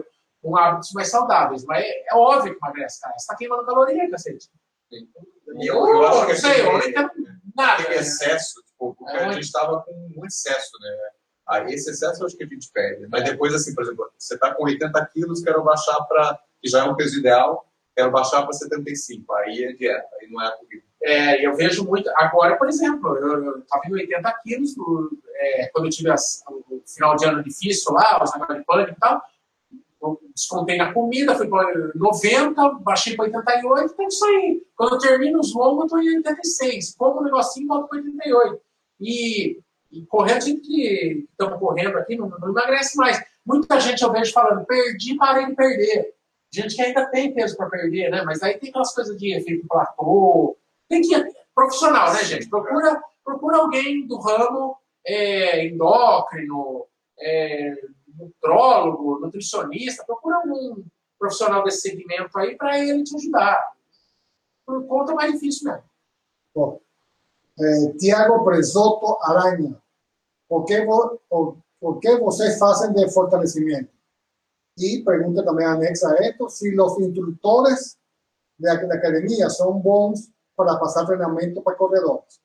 com hábitos mais saudáveis. Mas é, é óbvio que emagrece, cara. Você está queimando caloria, cacete. E eu, eu acho que não sei, eu não aquele, entendo nada. aquele excesso, tipo, porque É. a gente estava com um excesso, né? Ah, esse excesso eu acho que a gente perde. Mas depois, assim, por exemplo, você está com oitenta quilos, quero baixar para, que já é um peso ideal, quero baixar para setenta e cinco. Aí é dieta, aí não é a corrida. É, eu vejo muito. Agora, por exemplo, eu estava em oitenta quilos, é, quando eu tive as, o final de ano difícil lá, os negócios de pânico e tal. Eu descontei na comida, fui para noventa, baixei para oitenta e oito, então isso aí. Quando eu termino os longos, eu estou em oitenta e seis. Como um negocinho, volto para oitenta e oito. E, e correndo, gente que estamos correndo aqui, não, não emagrece mais. Muita gente eu vejo falando, perdi, parei de perder. Gente que ainda tem peso para perder, né? Mas aí tem aquelas coisas de efeito platô. Tem que ir profissional, né, gente? Procura, procura alguém do ramo é, endócrino, é, nutrólogo, nutricionista, procura um profissional desse segmento aí para ele te ajudar. Por conta é mais difícil mesmo. Bom, eh, Tiago Presotto Aranha, por que, vo, por, por que vocês fazem de fortalecimento? Y pregunta también anexa a esto, si los instructores de la academia son bons para passar treinamento para corredores.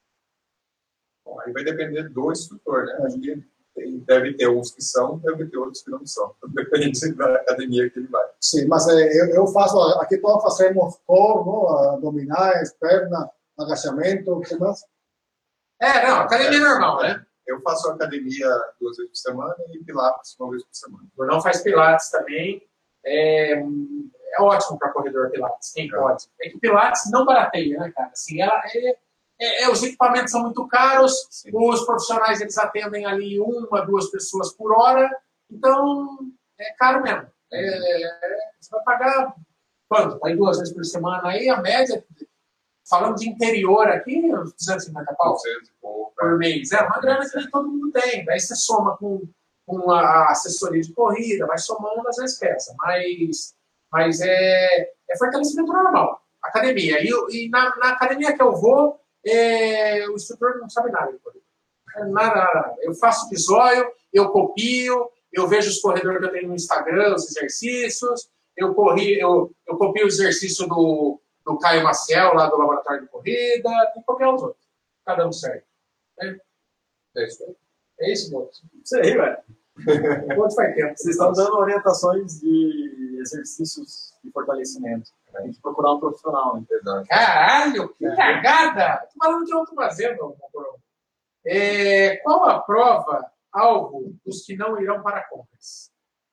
Bom, aí vai depender do instrutor, né? Acho que tem, deve ter uns que são, deve ter outros que não são. Depende da academia que ele vai. Sim, mas eh, eu, eu faço, aqui todos fazemos core, ¿no? Abdominais, perna, agachamento, o que mais? É, não, academia é normal, né? Eu faço academia duas vezes por semana e pilates uma vez por semana. O Brunão faz pilates também. É, é ótimo para corredor pilates, quem pode. É que pilates não barateia, né, cara? Assim, ela é, é, é, os equipamentos são muito caros, sim. Os profissionais eles atendem ali uma, duas pessoas por hora, então é caro mesmo. É, é, você vai pagar quanto? Vai duas vezes por semana aí, a média, falando de interior aqui, uns duzentos e cinquenta pau por mês. É uma grana que todo mundo tem. Daí você soma com, com a assessoria de corrida, vai somando as despesas. Mas, mas é, é fortalecimento normal. Academia. E, e na, na academia que eu vou, é, o instrutor não sabe nada de corrida. Nada, nada. Eu faço bisóio, eu copio, eu vejo os corredores que eu tenho no Instagram, os exercícios, eu, corri, eu, eu copio o exercício do, do Caio Maciel, lá do Laboratório de Corrida, e copiar os outros. Cada um certo. É, é isso aí. É isso, moço. Isso aí, velho. Quanto faz tempo? Vocês estão dando orientações de exercícios de fortalecimento. A gente procurar um profissional, né? Caralho, que cagada! Tô falando que eu estou fazendo, meu é, qual a prova alvo dos que não irão para compras?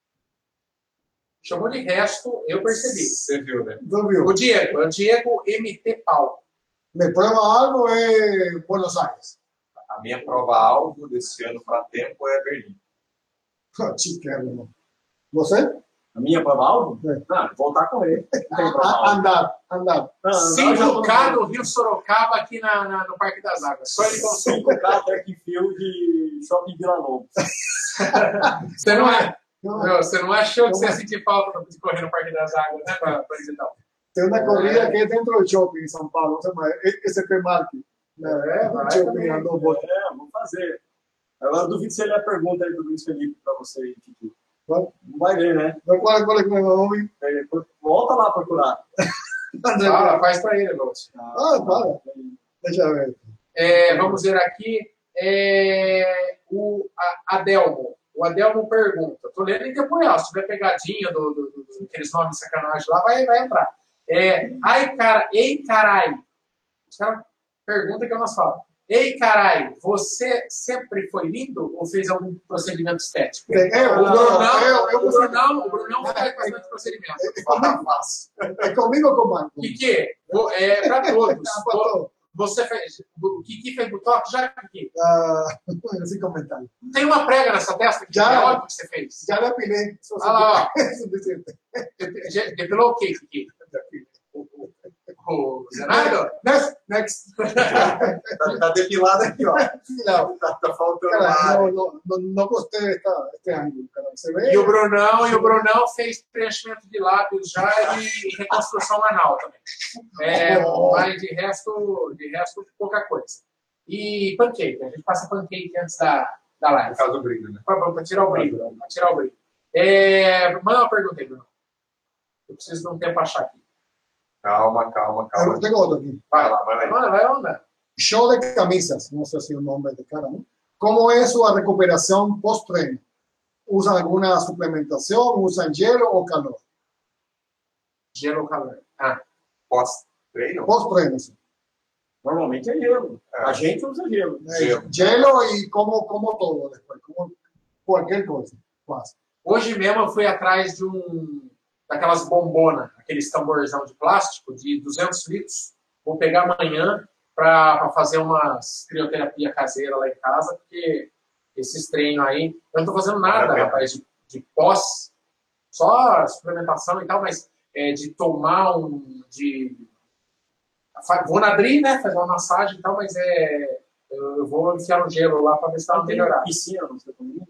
Chamou de resto, eu percebi. Você viu, né? Não viu. O Diego, é o Diego M T Paulo. Me prova algo é Buenos Aires. A minha prova-alvo desse ano para tempo é Berlim. Chiquero, você? A minha prova-alvo? É. Ah, voltar a correr. Andar, andar. cinco K do Rio Sorocaba aqui na, na, no Parque das Águas. Só ele consegue. cinco K track and field de Shopping Vila Lobos. Você não é? Não, você não achou que você ia sentir falta de correr no Parque das Águas, né, para visitar? Tem uma corrida que é dentro do shopping em São Paulo, chama S P Market. É, vai shopping andou bom. É, vamos fazer. Agora duvido se ele a pergunta aí do Luiz Felipe para você, Titi. Não vai ver, né? Qual, qual é que é o nome? Volta lá procurar. Ah, faz para ele, Lúcio. Ah, para. Deixa eu ver. É, vamos ver aqui. É, o a, Adelmo. O Adelmo pergunta. Estou lendo em tempo real. Se tiver pegadinha do, do, do, do, aqueles nomes de sacanagem lá, vai, vai entrar. É, ai, cara, ei, carai. Os caras perguntam que eu não falo. Ei, carai, você sempre foi lindo ou fez algum procedimento estético? É, eu, o Brunão, eu, eu, o Brunão, o Brunão faz bastante procedimento. É comigo, é comigo ou com o Marco? Kiki, é para todos. Você fez. O Kiki fez botox já, Kiki? Ah, sem comentário. Tem uma prega nessa testa que já, é óbvio que você fez. Já depilei. Ah lá, ó. Depilou o quê, Kiki? O Zenaida? Next. Next. tá, tá depilado aqui, ó. Não. Tá, tá faltando cara, não, não, não, não gostei desta, deste ângulo, cara. Você vê? E o Brunão, e o Brunão fez preenchimento de lábios já e reconstrução anal também. É, oh. Mas de resto, de resto, pouca coisa. E pancake. A gente passa pancake antes da, da live. Por causa do brilho, né? Para tirar o brilho. Para tirar o brilho. É, manda uma pergunta aí, Bruno. Eu preciso de um tempo para achar aqui. Calma, calma, calma. Eu tengo otro aquí. Vai lá, vai lá. Vai, vai, onda. Show de camisas, no sé si el nombre de cara, ¿no? ¿Cómo es su recuperación post-treino? ¿Usan alguna suplementación? ¿Usan hielo o calor? Gelo ou calor? Ah, Pós-treino? Post-treino, sí. Normalmente é gelo. É. A gente usa gelo. Eh, Hielo y como, como todo después, como cualquier cosa. Pasa. hoje mesmo eu fui atrás de um daquelas bombonas, aqueles tamborzão de plástico de duzentos litros. Vou pegar amanhã para fazer umas crioterapia caseira lá em casa, porque esses treinos aí, eu não estou fazendo nada, rapaz, de, de pós, só suplementação e tal, mas é, de tomar um, de... Vou na Dri, né, fazer uma massagem e tal, mas é, eu vou enfiar no gelo lá para ver se dá uma melhorada. Piscina, não sei como.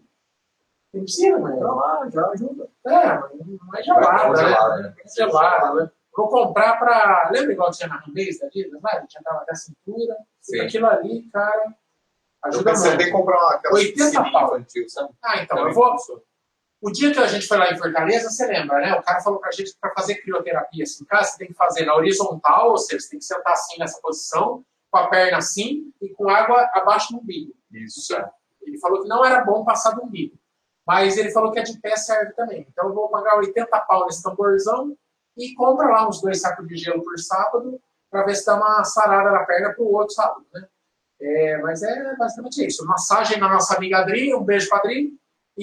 Tem piscina, mas Então lá já ajuda. é, mas não é gelado, Não é né? gelado, Não é gelado, né? Vou comprar para... Lembra igual tinha na Rambês da Adidas? Lá? A gente andava até a cintura. Sim. Aquilo ali, cara, Eu ajuda pensei muito. em comprar uma, aquela oitenta piscininha pau. infantil, sabe? Ah, então, Também eu vou... funciona. O dia que a gente foi lá em Fortaleza, você lembra, né? O cara falou pra gente que para fazer crioterapia assim em casa, você tem que fazer na horizontal, ou seja, você tem que sentar assim nessa posição, com a perna assim e com água abaixo do umbigo. Isso, é. Ele falou que não era bom passar do umbigo. Mas ele falou que a de pé serve também. Então eu vou pagar oitenta pau nesse tamborzão e compra lá uns dois sacos de gelo por sábado para ver se dá uma sarada na perna para o outro sábado, né? É, mas é basicamente isso. Massagem na nossa amiga Adri, um beijo para Adri.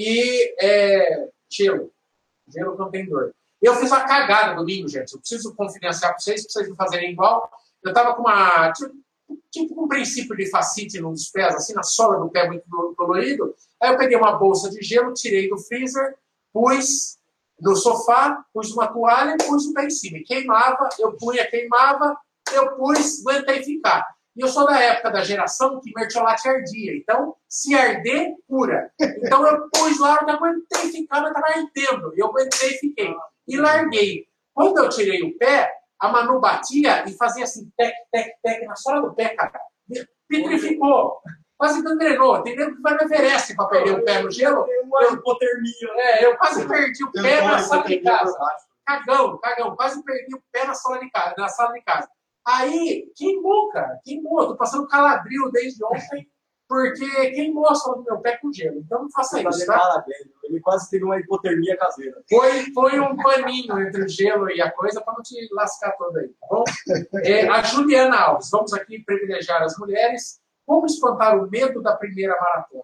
E é, gelo. Gelo que não tem dor. Eu fiz uma cagada domingo, gente. Eu preciso confidenciar para vocês, para vocês não fazerem igual. Eu tava com uma... Tipo, tipo um princípio de fascite num dos pés, assim, na sola do pé muito dolorido. Aí eu peguei uma bolsa de gelo, tirei do freezer, pus no sofá, pus uma toalha e pus o pé em cima. E queimava, eu punha, queimava, eu pus, aguentei ficar. E eu sou da época da geração que mertiolate ardia. Então, se arder, cura. Então, eu pus lá, eu não aguentei ficar, mas estava ardendo. Eu aguentei e fiquei. E larguei. Quando eu tirei o pé, a Manu batia e fazia assim, tec, tec, tec, na sola do pé, cara. Petrificou. Quase gangrenou. Tem nego que vai no Everest para perder o pé no gelo. Uma hipotermia. É, eu quase perdi o pé na sala de casa. Cagão, cagão. Quase perdi o pé na sala de casa. Na sala de casa. Aí, queimou, cara. Queimou. Tô passando caladril desde ontem, porque queimou a sola do meu pé com gelo. Então não faça isso, tá? Ele quase teve uma hipotermia caseira. Foi, foi um paninho entre o gelo e a coisa para não te lascar toda aí, tá bom? É, a Juliana Alves. Vamos aqui privilegiar as mulheres. Como espantar o medo da primeira maratona?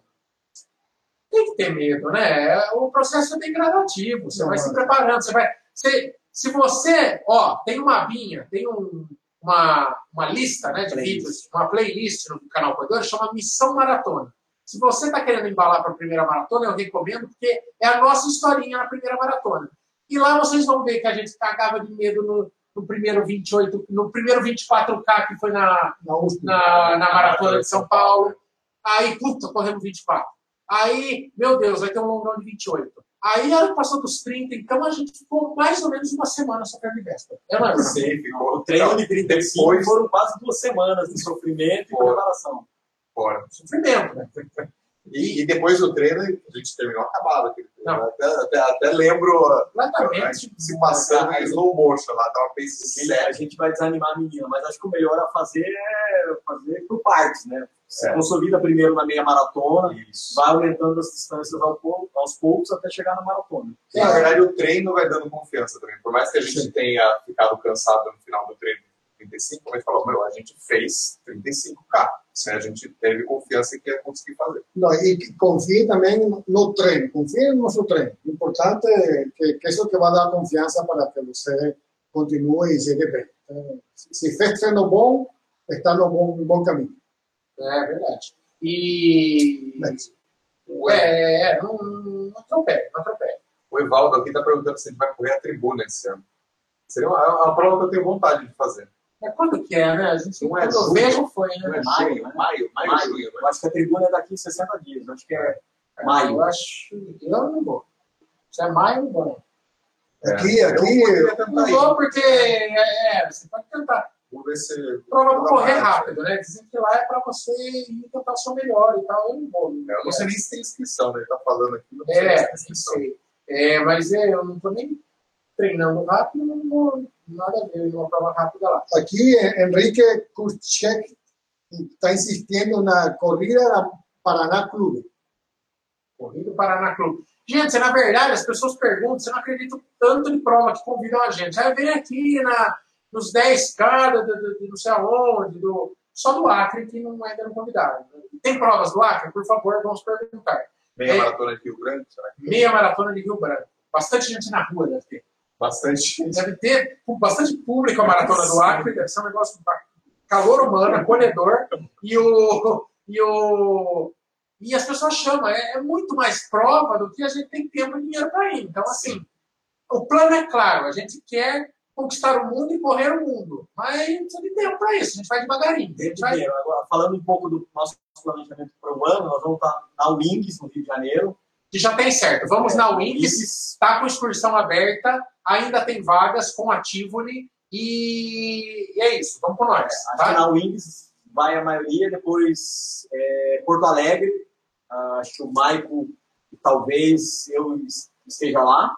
Tem que ter medo, né? O processo é bem gradativo. Você vai se preparando. Você vai... Você, se você... Ó, tem uma abinha, tem um... Uma, uma lista, né, de playlist. vídeos, uma playlist no canal Corredor, chama Missão Maratona. Se você está querendo embalar para a primeira maratona, eu recomendo, porque é a nossa historinha na primeira maratona. E lá vocês vão ver que a gente cagava de medo no, no primeiro vinte e oito, no primeiro vinte e quatro K, que foi na, na, na maratona de São Paulo. Aí, puta, corremos vinte e quatro. Aí, meu Deus, vai ter um longão de vinte e oito. Aí ela passou dos trinta, então a gente ficou mais ou menos uma semana só para a véspera. É uma Sim, ficou. O treino de trinta e cinco depois... foram quase duas semanas de sofrimento e preparação. Fora. Sofrimento, né? E, e depois do treino, a gente terminou acabado aquele treino. Até, até, até lembro Exatamente. se passando em slow motion lá, tava pensando. A gente vai desanimar a menina, mas acho que o melhor a fazer é fazer por partes, né? Se é. Consolida primeiro na meia maratona, isso. Vai aumentando as distâncias aos poucos, aos poucos até chegar na maratona. E, na verdade, o treino vai dando confiança também. Por mais que a gente Sim. tenha ficado cansado no final do treino de trinta e cinco, a gente falou, meu, a gente fez trinta e cinco K. Assim, a gente teve confiança que ia conseguir fazer. Não, e confie também no treino, confie no nosso treino. O importante é que, que isso que vai dar confiança para que você continue e chegue bem. Então, se fez treino bom, está no bom, no bom caminho. É verdade. E... É, é, não, não atropele, não atropele. O Evaldo aqui está perguntando se a gente vai correr a tribuna esse ano. Seria uma, uma prova que eu tenho vontade de fazer. É quando que é, né? A gente não é quando eu vejo foi, né? Não é maio, junho, né? maio, maio, maio, junho. Eu acho que a tribuna é daqui sessenta dias. Eu acho que é, é maio. Eu acho... Eu não vou. Se é maio, não vou. Aqui, é, aqui... Eu não vou porque... É, é, você pode tentar. Vamos ver se... Prova para correr rápido, né? Dizem que lá é para você ir tentar o seu melhor e tal. Eu não vou. Eu não sei nem se tem inscrição, né? Ele tá falando aqui. Não é, sei não sei. É, mas é, eu não estou nem treinando rápido, não vou nada a ver numa prova rápida lá. Aqui, Enrique Kurchek está insistindo na corrida da Paraná Clube. Corrida do Paraná Clube. Gente, na verdade, as pessoas perguntam, você não acredita tanto de prova que convidam a gente. Aí vem aqui na, nos dez K, do, do, do, não sei aonde, do, só do Acre, que não, ainda não convidaram. Tem provas do Acre? Por favor, vamos perguntar. Meia é, maratona de Rio Branco, será que... Meia maratona de Rio Branco. Bastante gente na rua deve ter. Bastante. Deve ter bastante público a maratona do Acre, deve ser um negócio calor humano, acolhedor, e o... E o E as pessoas chamam, é, é muito mais prova do que a gente tem tempo e dinheiro para ir. Então, assim, o plano é claro, a gente quer conquistar o mundo e correr o mundo, mas não precisa de tempo para isso, a gente vai devagarinho. A gente vai... Agora, falando um pouco do nosso planejamento para o ano, nós vamos estar na Wings, no Rio de Janeiro. Que já tem certo, vamos é, na Wings, está com excursão aberta, ainda tem vagas com a Tivoli, e, e é isso, vamos com nós. É, tá? acho que na Wings vai a maioria, depois é, Porto Alegre, uh, acho que o Maico, talvez eu esteja lá.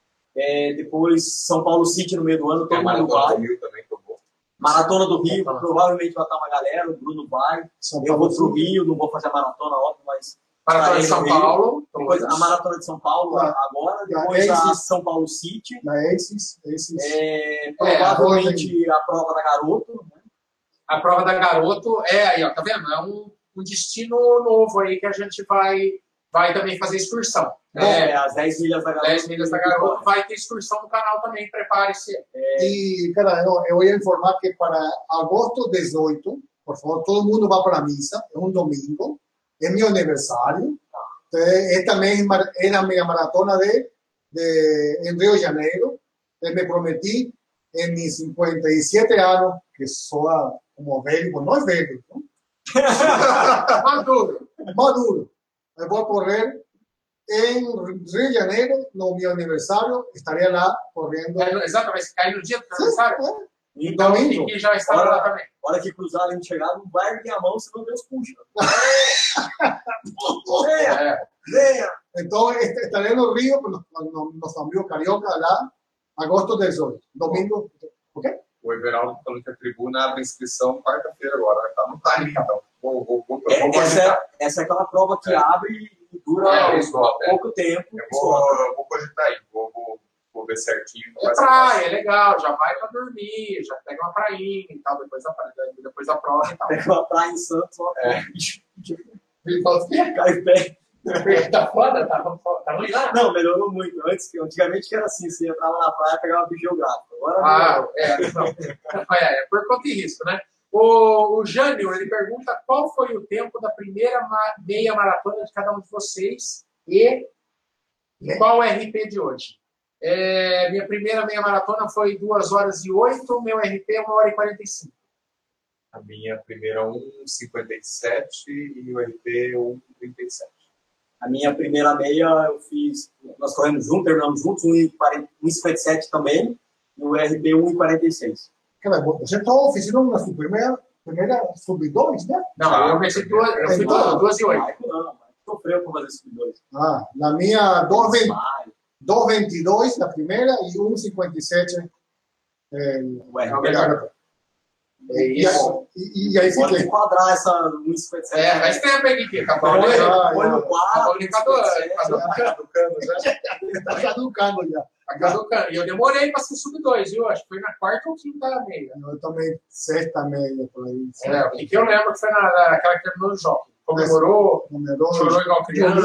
É, depois São Paulo City no meio do ano, todo é, mundo vai. Do Rio também, que eu vou. Maratona do Rio, provavelmente vai estar uma galera, o Bruno vai. São eu Paulo vou pro Rio, não vou fazer a maratona, óbvio, mas... Maratona de São Paulo. Depois a Maratona de São Paulo Ah, agora, depois a, a São Paulo City. Na Aces, Aces. É, provavelmente é, a prova da Garoto. Né? A prova da Garoto, é aí, ó, tá vendo? É um, um destino novo aí que a gente vai, vai também fazer excursão. É, é, as dez milhas da Garoto. dez milhas da Garoto vai ter excursão no canal também, prepare-se. É... E, cara, eu, eu ia informar que para agosto dezoito, por favor, todo mundo vá para a missa, é um domingo, é meu aniversário. Esta mesma era a minha maratona de, de, em Rio de Janeiro. Eu me prometi, em mis cincuenta y siete anos, que soa como velho, não é velho, não? Maduro. Maduro. Eu vou correr em Rio de Janeiro, no meu aniversário, estarei lá correndo. É, exatamente, cai no dia do aniversário. É. Então, domingo. que já está lá também. Hora que cruzar a gente chegar, não vai erguer a mão, senão Deus puxa. Venha, venha. Então, estarei no Rio, com nossos amigos carioca lá, agosto dezoito. Domingo. O quê? O Everaldo falou que a tribuna abre inscrição quarta-feira agora, vai estar no time, então. Vou, vou, vou, é, vou essa, é, essa é aquela prova que é. abre e dura é, esgota, pouco é. tempo. Eu vou, vou cogitar aí, vou, vou, vou ver certinho. É praia, é legal, já vai pra dormir, já pega uma prainha e tal, depois da, depois da prova e tal. Pega uma praia em Santos, ó. É. Cai em pé. Tá foda? Tá, tá ruim lá? Não, melhorou muito. Antes, antigamente que era assim, você entrava na praia e pegava bicho geográfico. Agora ah, é, não. é, é, por conta e risco, né? O, o Jânio, ele pergunta qual foi o tempo da primeira meia maratona de cada um de vocês e é. qual o R P de hoje. É, minha primeira meia maratona foi duas horas e oito, meu R P é uma hora e quarenta e cinco. A minha primeira um e cinquenta e sete e o R P um e trinta e sete. A minha primeira meia eu fiz, nós corremos juntos, terminamos juntos, um e cinquenta e sete também, e o R P um e quarenta e seis. Cara, você estava oferecendo uma primeira, primeira sub dois, né? Não, ah, eu comecei duas, eu fui duas e oito. Não, sofreu para fazer sub dois. Ah, na minha dois e vinte e dois na primeira e um e cinquenta e sete é, o R P. É isso. E, e aí pode fiquei. enquadrar essa um e cinquenta e sete. É, faz tempo aí que acabou. Foi no quadro. Está caducando já. Está caducando já. Está caducando. E eu demorei para ser sub dois, viu? Acho que foi na quarta ou quinta meia. Eu também, sexta meia, por aí. É, o que eu lembro que foi na, naquela que terminou o jogo. Comemorou, chorou igual criança.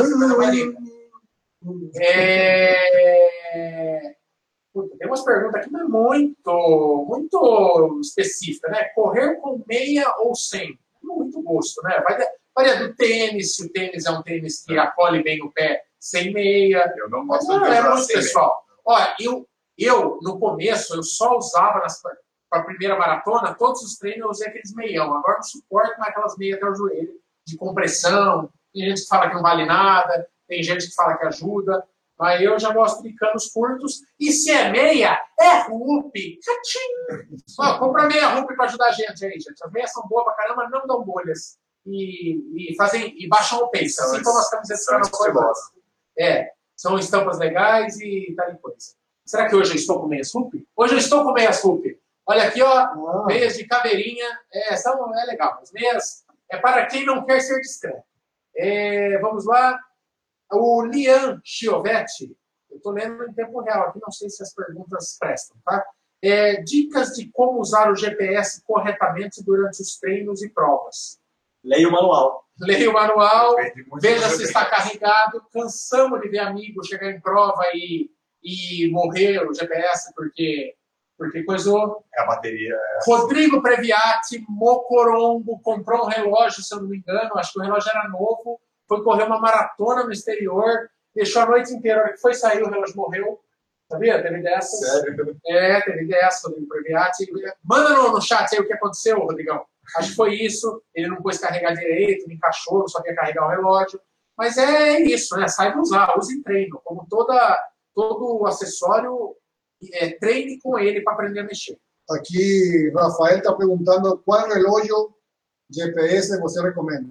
É... Tem umas perguntas aqui, mas muito, muito específicas, né? Correr com meia ou sem? Muito gosto, né? Vai, vai do tênis, se o tênis é um tênis que acolhe bem o pé sem meia. Eu não gosto mas, de é muito sem pessoal. Meia. Olha, eu, eu, no começo, eu só usava para a primeira maratona, todos os treinos eu usei aqueles meião. Agora não suporto mais aquelas meias até o joelho, de compressão. Tem gente que fala que não vale nada, tem gente que fala que ajuda. Mas eu já gosto de canos curtos. E se é meia, é rupe. Ó, compra meia rupe para ajudar a gente aí, gente. As meias são boas pra caramba, não dão bolhas. E, e, fazem, e baixam o pace, assim como as camisetas que não foi. É. São estampas legais e tal e coisa. Será que hoje eu estou com meias Rupi? Hoje eu estou com meias Rupi. Olha aqui, ó, ah. meias de caveirinha. É, são, é legal. As meias é para quem não quer ser discreto. É, vamos lá. O Lian Chiovetti. Eu estou lendo em tempo real aqui, não sei se as perguntas prestam, tá? É, dicas de como usar o G P S corretamente durante os treinos e provas. Leia o manual. Leia o manual, veja se está carregado. Cansamos de ver amigos chegar em prova e, e morrer o G P S porque, porque coisou. É a bateria. É... Rodrigo Previati, Mocorongo, comprou um relógio, se eu não me engano, acho que o relógio era novo, foi correr uma maratona no exterior, deixou a noite inteira, a hora que foi sair o relógio morreu. Sabia? Teve dessas. Sério? É, teve dessas, Rodrigo Previati. Manda no, no chat aí o que aconteceu, Rodrigão. Acho que foi isso. Ele não pôs carregar direito, não encaixou, não sabia carregar o relógio. Mas é isso, né? Saiba usar, use em treino. Como toda, todo acessório, é, treine com ele para aprender a mexer. Aqui, Rafael está perguntando qual relógio G P S você recomenda.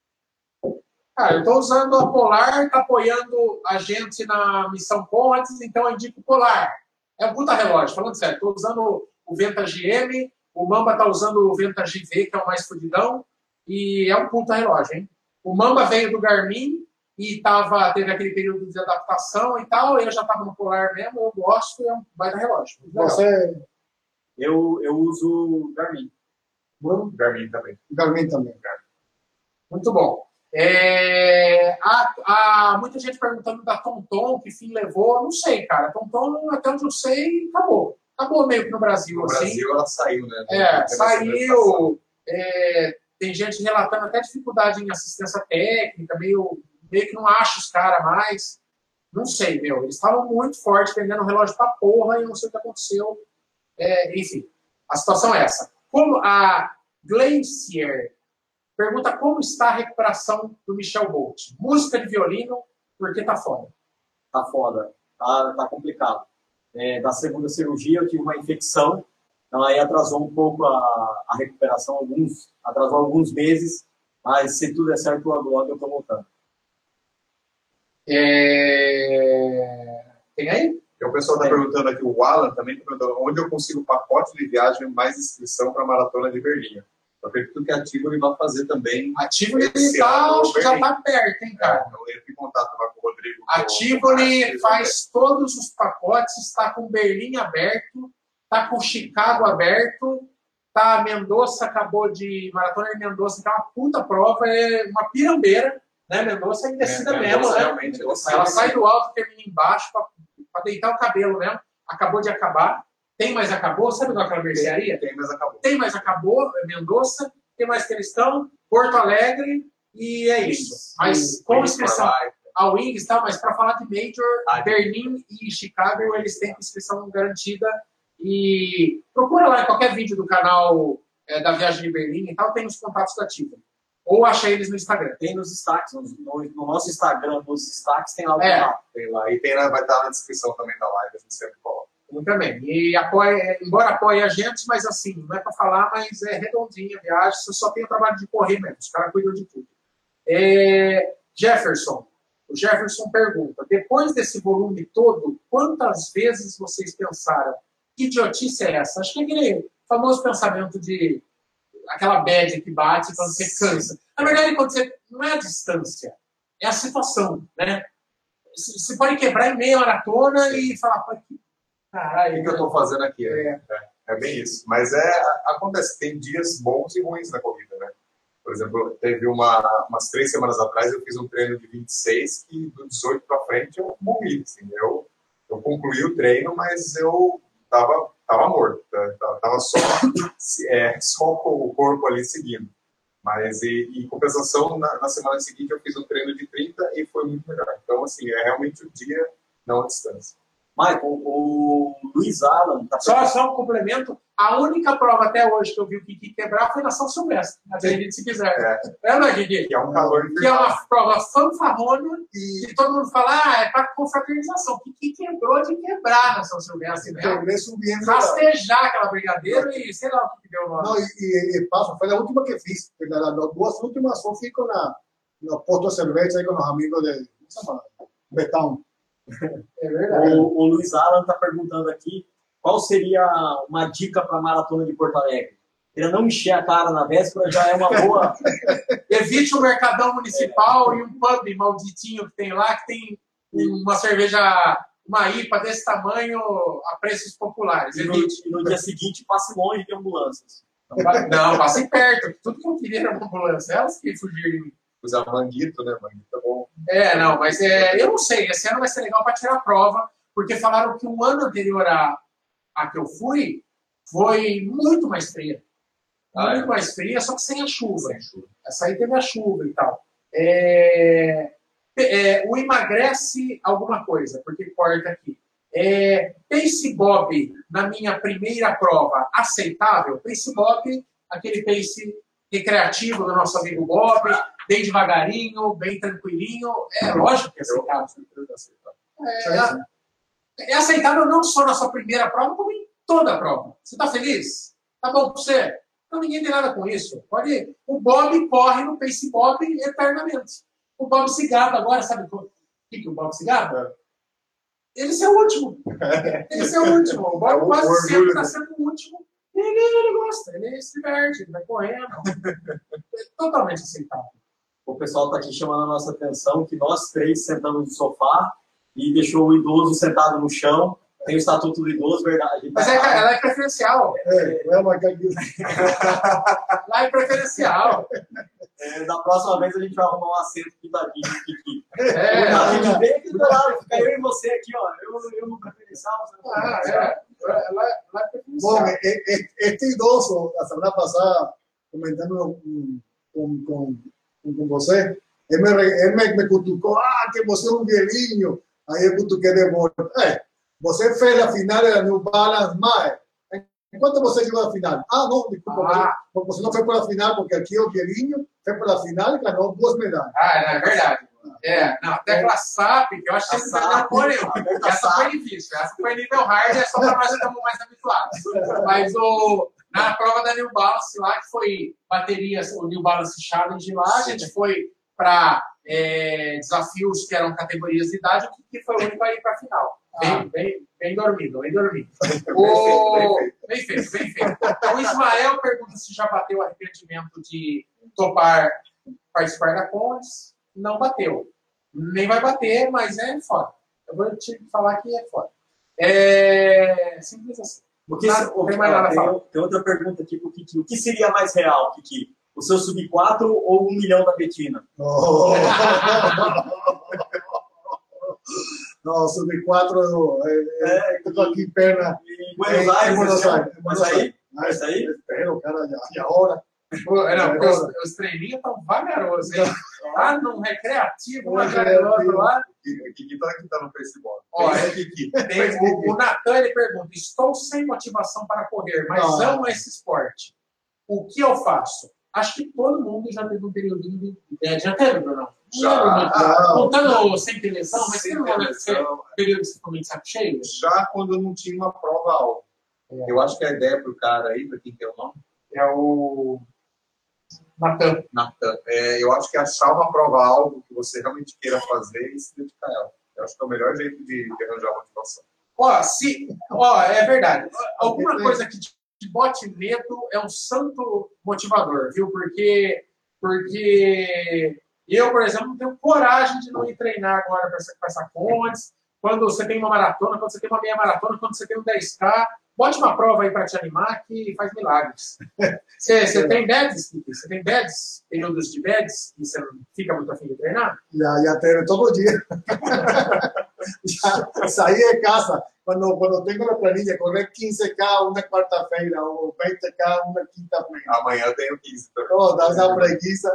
Ah, eu estou usando a Polar, está apoiando a gente na missão Conrads, então eu indico o Polar. É um puta relógio, falando sério. Estou usando o Vantage M, o Mamba está usando o Vantage V, que é o mais fudidão, e é um puta relógio, hein? O Mamba veio do Garmin e tava, teve aquele período de adaptação e tal, eu já estava no Polar mesmo, eu gosto, é um baita relógio. Você... Eu, eu uso Garmin. Bom, Garmin também. Garmin também. Muito bom. É, há, há muita gente perguntando da TomTom, que fim levou. Não sei, cara. A TomTom, até onde eu sei, acabou. Acabou meio que no Brasil. No assim. Brasil ela saiu, né? É, saiu. É, tem gente relatando até dificuldade em assistência técnica, meio, meio que não acha os caras mais. Não sei, meu. Eles estavam muito fortes, vendendo relógio pra porra, e eu não sei o que aconteceu. É, enfim, a situação é essa. Como a Glacier pergunta como está a recuperação do Michel Bolt. Música de violino, porque tá foda. Tá foda. Tá, tá complicado. É, da segunda cirurgia eu tive uma infecção, então aí atrasou um pouco a, a recuperação, alguns, atrasou alguns meses, mas se tudo é certo, logo logo eu tô voltando. É... Tem aí? E o pessoal está perguntando aqui, o Alan também está perguntando onde eu consigo pacote de viagem mais inscrição para a Maratona de Berlim. Eu acredito que a Tivoli vai fazer também. A Tivoli tá, já está perto, hein, cara? É, eu entro em contato com o Rodrigo. A Tivoli faz todos os pacotes, está com Berlim aberto, está com Chicago aberto, tá Mendoza, acabou de Maratona de Mendoza, que é uma puta prova, é uma pirambeira, né? Mendoza é descida é, mesmo, né? Realmente, ela sai, ela sai do alto e termina embaixo para deitar o cabelo, né? Acabou de acabar. Tem mais acabou? Sabe daquela mercearia? Tem, tem mais acabou. Tem mais acabou, Mendoza, tem mais Cristão, Porto Alegre, e é isso. Mas com inscrição a Wings, tá? Mas para falar de Major, ah, Berlim e Chicago, eles têm inscrição garantida. E procura lá em qualquer vídeo do canal é, da Viagem de Berlim e tal, tem os contatos da Tivoli. Ou acha eles no Instagram. Tem nos destaques, no, no nosso Instagram, nos destaques tem lá o é. canal. Tem lá. E tem, vai estar na descrição também da live, a gente sempre coloca. Também. E apoia, embora apoie a gente, mas assim, não é para falar, mas é redondinha a viagem, você só tem o trabalho de correr mesmo, os caras cuidam de tudo. É, Jefferson, o Jefferson pergunta, depois desse volume todo, quantas vezes vocês pensaram, que idiotice é essa? Acho que é aquele famoso pensamento de aquela bad que bate quando você cansa. Na verdade, quando você, não é a distância, é a situação, né? Você pode quebrar em meia maratona e falar, pô, que caralho, o que, que eu estou fazendo aqui? É. É, é bem isso. Mas é, acontece, tem dias bons e ruins na corrida, né? Por exemplo, teve uma, umas três semanas atrás, eu fiz um treino de vinte e seis que do dezoito para frente eu morri. Assim, eu, eu concluí o treino, mas eu tava, tava morto. Tava só, é, só o corpo ali seguindo. Mas, e, em compensação, na, na semana seguinte eu fiz um treino de trinta e foi muito melhor. Então, assim, é realmente o dia, não a distância. Michael, o Luiz Alan... Tá só, só um complemento. A única prova até hoje que eu vi o Kiki quebrar foi na São Silvestre. Acredite se quiser. É, é né, Kiki? Que é um calor que é uma prova fanfarrona e, e todo mundo fala, ah, é para confraternização. O Kiki quebrou de quebrar na São Silvestre. Né? Rastejar aquela brigadeira e sei lá o que deu lá. Não, e, e, e passo, foi a última que fiz. As duas últimas só fico na, no posto de cerveja aí com os amigos de... Como se chama? Betão. É verdade. O, o Luiz Alan está perguntando aqui qual seria uma dica para a maratona de Porto Alegre. Ele não encher a cara na véspera já é uma boa. Evite o Mercadão Municipal é. e um pub malditinho que tem lá, que tem uma cerveja, uma I P A desse tamanho a preços populares. E no, e no dia seguinte passe longe de ambulâncias. Não, passe perto. Tudo que eu queria era uma ambulância. Elas que fugiram de mim. Usar manguito, né? Manguito é bom. É, não, mas é, eu não sei. Esse ano vai ser legal para tirar a prova, porque falaram que o ano anterior a, a que eu fui foi muito mais fria. Ah, muito é. mais fria, só que sem a chuva. Sem chuva. Essa aí teve a chuva e tal. É, é, o emagrece alguma coisa, porque corta aqui. É, pace bob, na minha primeira prova, aceitável. Pace bob, aquele pace recreativo do nosso amigo Bob, bem devagarinho, bem tranquilinho. É lógico que é aceitável. É, é aceitável não só na sua primeira prova, como em toda a prova. Você está feliz? Tá bom para você? Então ninguém tem nada com isso. Pode... O Bob corre no pace Bob eternamente. O Bob se gaba agora, sabe o que, que o Bob se gaba? Ele é o último. Ele é o último. O Bob quase sempre está sendo o último. E ele, ele gosta, ele se diverte, ele vai correndo. É totalmente aceitável. O pessoal está aqui chamando a nossa atenção que nós três sentamos no sofá e deixou o idoso sentado no chão. Tem o estatuto do idoso, verdade. Mas é, ela é preferencial. É, não é uma Lá é preferencial. É, da próxima vez a gente vai arrumar um assento pintadinho aqui. É, a gente vem aqui do lado, fica eu e você aqui, ó. Eu, eu no preferencial. Ah, é. Lá, lá é preferencial. Bom, este idoso, a semana passada, comentando com, com, com, com você, ele me, ele me, me cutucou, ah, que você é um velhinho. Aí eu cutuquei de volta. É. Você fez a final da New Balance mais. Enquanto você chegou à final? Ah, não, desculpa, ah. Você, você não foi para a final, porque aqui o Guerinho foi para a final e ganhou duas medalhas. Ah, é verdade. É, não, até a S A P, que eu acho que você não por nenhum. Essa foi difícil, essa foi nível hard, é só para nós que estamos mais habituados. Mas o, na prova da New Balance lá, que foi bateria, o New Balance Challenge lá, a gente foi para é, desafios que eram categorias de idade, o que foi o único a ir para a final. Bem, ah. bem, bem dormido, bem dormido. O... Bem feito, bem feito. O Ismael pergunta se já bateu o arrependimento de topar participar da Condes. Não bateu. Nem vai bater, mas é foda. Eu vou te falar que é foda. É simples assim. O que, nada, o, tem, mais nada tem, tem outra pergunta aqui pro Kiki. O que seria mais real, Kiki? O seu sub quatro ou um milhão da Betina? Oh. Não, sub quatro, é, eu tô aqui em perna. Em Buenos Aires, Buenos Aires. Mas aí? Mas aí? Espero, cara, já hora. Não, os, os treininhos estão vagarosos, hein? Lá no recreativo, uma garoto lá. O Kiki tá aqui, tá no Facebook. Olha, Kiki. O, o Natan, ele pergunta: estou sem motivação para correr, mas não. amo esse esporte. O que eu faço? Acho que todo mundo já teve um período de. É, já teve, Bruno? Já. Ah, contando sem televisão, mas tem um período que você ficou meio de saco cheio? Já quando eu não tinha uma prova alta. É. Eu acho que a ideia para o cara aí, para quem tem o nome, é o. Natan. Natan. É, eu acho que achar uma prova algo que você realmente queira fazer e se dedicar a ela. Eu acho que é o melhor jeito de, de arranjar motivação. Ó, se, ó, é verdade. Alguma coisa que te bote medo é um santo motivador, viu? Porque, porque eu, por exemplo, não tenho coragem de não ir treinar agora para essa, essa Condes. Quando você tem uma maratona, quando você tem uma meia maratona, quando você tem um dez K, bote uma prova aí para te animar que faz milagres. Você, você tem beds? Você tem beds? Períodos de beds? E você não fica muito afim de treinar? Já, já treino todo dia. Já saí de casa. Quando, quando tenho na planilha, correr quinze K uma quarta-feira ou vinte K uma quinta-feira. Amanhã eu tenho quinze também. Oh, dá essa preguiça.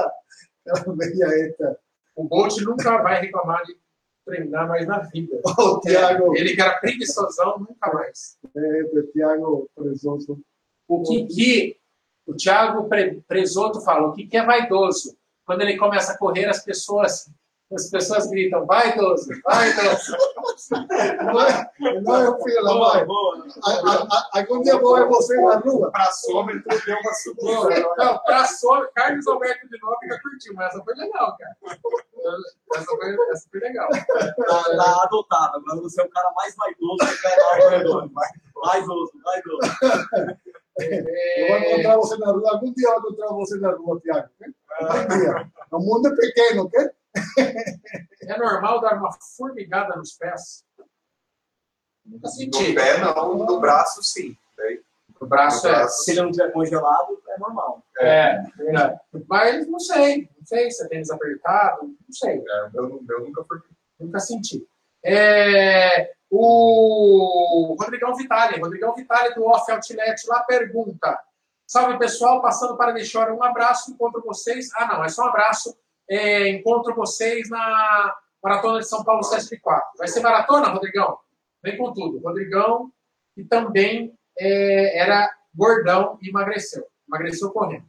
O Bolt nunca vai reclamar de treinar mais na vida. Oh, Thiago. Ele que era preguiçosão, nunca mais. É, o Thiago Presoso. O Kiki, o Thiago Pre, Presoto fala, o Kiki é vaidoso. Quando ele começa a correr, as pessoas As pessoas gritam, vai, doze, vai, doze. Não é, não é o filho da mãe. Algum dia vou ver você na rua. Para sômetro deu uma subida. Não, para sômetro, Carlos Alberto de Nóbrega curtiu, mas essa foi legal, cara. Essa foi, essa foi legal. Tá, tá adotado. Agora você é o cara mais vaidoso que vai lá ao redor. Vaidoso, vaidoso. Eu vou encontrar você na rua. Algum dia eu vou encontrar você na rua, Tiago. Um dia. O mundo é pequeno, ok? É normal dar uma formigada nos pés? Nunca senti. No pé não, no braço sim. Daí, no braço no é. braço, se ele não estiver congelado, é normal. É, verdade. Mas não sei, não sei se é tênis apertado, não sei. É, eu, eu nunca fui. Nunca senti. É, o Rodrigão Vitale, Rodrigão Vitale do Off Outlet lá pergunta: salve pessoal, passando para deixar um abraço, encontro vocês. Ah, não, é só um abraço. É, encontro vocês na Maratona de São Paulo Sesc quatro. Vai ser maratona, Rodrigão? Vem com tudo. Rodrigão, que também é, era gordão e emagreceu. Emagreceu correndo.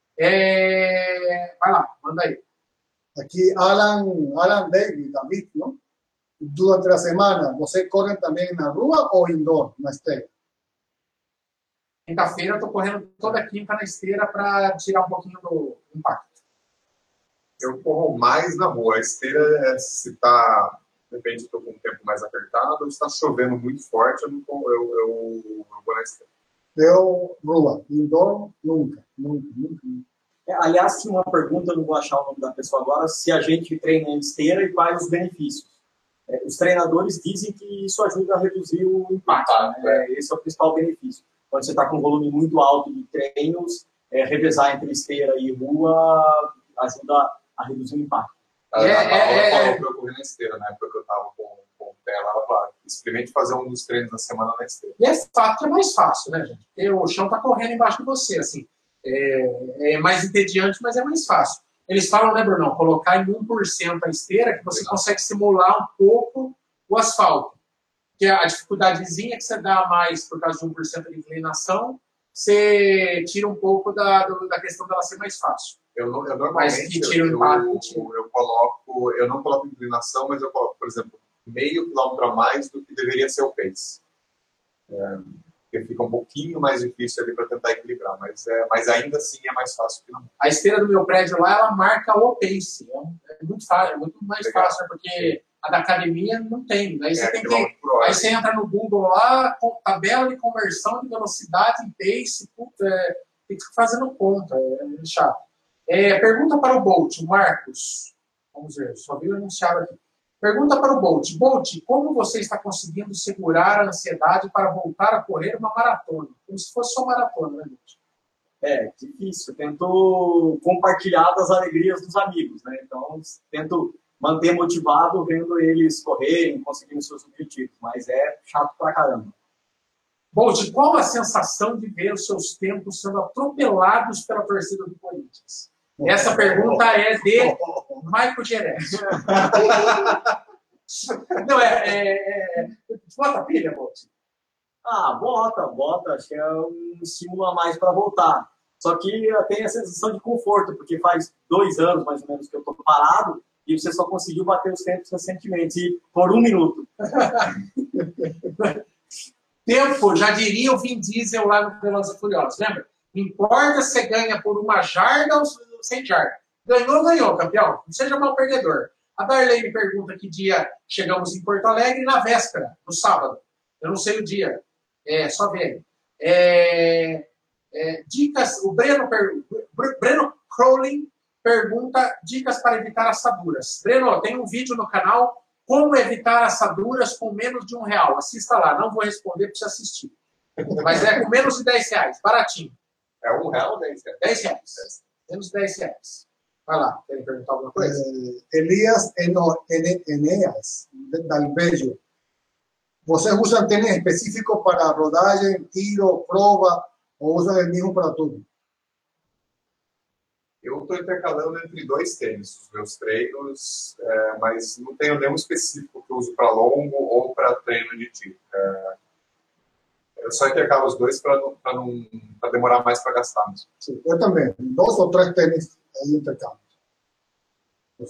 É, vai lá, manda aí. Aqui, Alan, Alan David, David, não? Durante a semana, você corre também na rua ou indoor, na esteira? Quinta-feira eu estou correndo toda quinta na esteira para tirar um pouquinho do impacto. Eu corro mais na rua. A esteira, se está, depende, estou com um tempo mais apertado, ou se está chovendo muito forte, eu, não corro, eu, eu, eu vou na esteira. Eu, rua. Indoor, nunca. Nunca, nunca. nunca. É, aliás, tinha uma pergunta, não vou achar o nome da pessoa agora, se a gente treina em esteira e quais os benefícios. É, os treinadores dizem que isso ajuda a reduzir o impacto. Ah, né? é. Esse é o principal benefício. Quando você está com um volume muito alto de treinos, é, revezar entre esteira e rua ajuda a reduzir o impacto. Ela É, falou é, é. para eu correr na esteira, na época que eu estava com, com o pé lá, ela falou: experimente fazer um dos treinos na semana na esteira. E é fato que é mais fácil, né, gente? Porque o chão está correndo embaixo de você, assim. É, é mais entediante, mas é mais fácil. Eles falam, né, Brunão, colocar em um por cento a esteira, que você Legal. Consegue simular um pouco o asfalto. Que a dificuldadezinha que você dá a mais por causa de um por cento de inclinação, você tira um pouco da, da questão dela ser mais fácil. Eu, eu normalmente que tira eu, o impacto, eu, tira. eu coloco, eu não coloco inclinação, mas eu coloco, por exemplo, meio quilômetro a mais do que deveria ser o pace. É, porque fica um pouquinho mais difícil ali para tentar equilibrar, mas, é, mas ainda assim é mais fácil que não. A esteira do meu prédio lá, ela marca o pace. É, é muito fácil, é muito mais Legal. Fácil, porque a da academia não tem. Aí você, é, tem que, aí você entra no Google lá, com tabela de conversão de velocidade em pace, puta, é, tem que ficar fazendo conta, é chato. É, pergunta para o Bolt, o Marcos. Vamos ver, só vi o anunciado aqui. Pergunta para o Bolt. Bolt, como você está conseguindo segurar a ansiedade para voltar a correr uma maratona? Como se fosse só maratona, né, Bolt? É, difícil. Eu tento compartilhar das alegrias dos amigos, né? Então, tento manter motivado vendo eles correrem, conseguindo seus objetivos. Mas é chato pra caramba. Bolt, qual a sensação de ver os seus tempos sendo atropelados pela torcida do Corinthians? Essa pergunta é de Michael Gerés. Não, é, é, é... Bota a pilha, Bolt. Ah, bota, bota. Acho que é um estímulo a mais para voltar. Só que eu tenho a sensação de conforto, porque faz dois anos, mais ou menos, que eu estou parado e você só conseguiu bater os tempos recentemente, e por um minuto. Tempo, já diria o Vin Diesel lá no Velozes e Furiosos, lembra? Não importa se você ganha por uma jarda ou sem jarda. Ganhou, ganhou, campeão. Não seja mal perdedor. A Darley me pergunta que dia chegamos em Porto Alegre, na véspera, no sábado. Eu não sei o dia. É, só ver. É, é, dicas, o Breno, per, Breno Crowley pergunta dicas para evitar assaduras. Breno, tem um vídeo no canal como evitar assaduras com menos de um real. Assista lá, não vou responder para você assistir. Mas é com menos de dez reais, baratinho. É um real ou dez reais? dez reais. Menos de dez reais. Vai lá, querem perguntar alguma coisa? Eh, Elias Eno, Ene, Eneas, Dalbejo. ¿Vocês usam tênis específico para rodagem, tiro, prova, ou usam o mesmo para tudo? Eu estou intercalando entre dois tênis, os meus treinos, é, mas não tenho nenhum específico que eu uso para longo ou para treino de tiro. É, eu só intercalo os dois para não, não pra demorar mais para gastar. Sim, eu também. Dois ou três tênis aí intercalo. Você?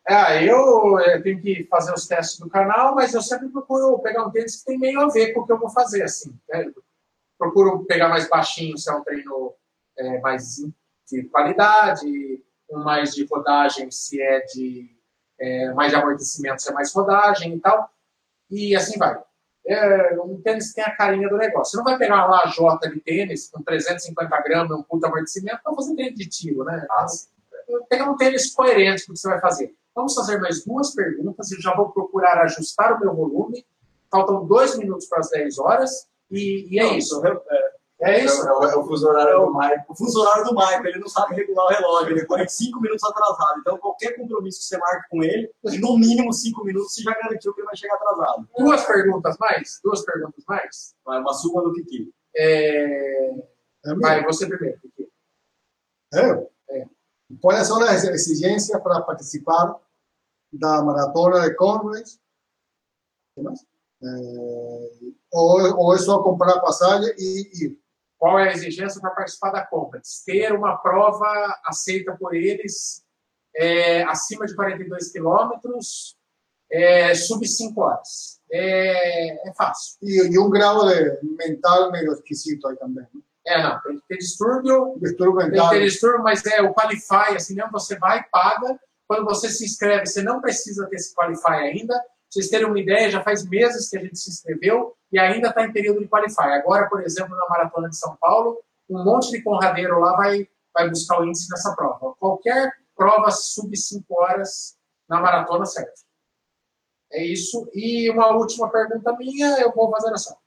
É, eu, eu tenho que fazer os testes do canal, mas eu sempre procuro pegar um tênis que tem meio a ver com o que eu vou fazer, assim. Né? Procuro pegar mais baixinho, se é um treino é, mais de qualidade, um mais de rodagem, se é de é, mais de amortecimento, se é mais rodagem e tal. E assim vai. É, um tênis que tem a carinha do negócio. Você não vai pegar uma lajota de tênis com trezentos e cinquenta gramas, um puta amortecimento, para fazer tênis de tiro, né? Ah, pegar um tênis coerente com o que você vai fazer. Vamos fazer mais duas perguntas. Eu já vou procurar ajustar o meu volume. Faltam dois minutos para as dez horas. E, e é não, isso. É, é isso. É o, é o fuso horário do Michael. O fuso horário do Michael. Ele não sabe regular o relógio. Ele corre cinco minutos atrasado. Então, qualquer compromisso que você marque com ele, no mínimo cinco minutos, você já garantiu que ele vai chegar atrasado. Duas perguntas mais? Duas perguntas mais? Vai, uma suma do Kiki. É... É vai, você primeiro, Kiki. Eu? É. Quais são as exigências para participar da maratona de Conrads? O que mais? É, ou, ou é só comprar passagem e ir? Qual é a exigência para participar da Conrads? Ter uma prova aceita por eles é, acima de quarenta e dois quilômetros, é, sub cinco horas. É, é fácil. E, e um grau de mental meio esquisito aí também. Né? É, não, tem que ter distúrbio, distúrbio mental. Tem que ter distúrbio, mas é o Qualify, assim mesmo, você vai e paga. Quando você se inscreve, você não precisa ter esse Qualify ainda. Pra vocês terem uma ideia, já faz meses que a gente se inscreveu e ainda está em período de Qualify. Agora, por exemplo, na Maratona de São Paulo, um monte de conradeiro lá vai, vai buscar o índice nessa prova. Qualquer prova sub cinco horas na maratona serve. É isso. E uma última pergunta minha, eu vou fazer essa.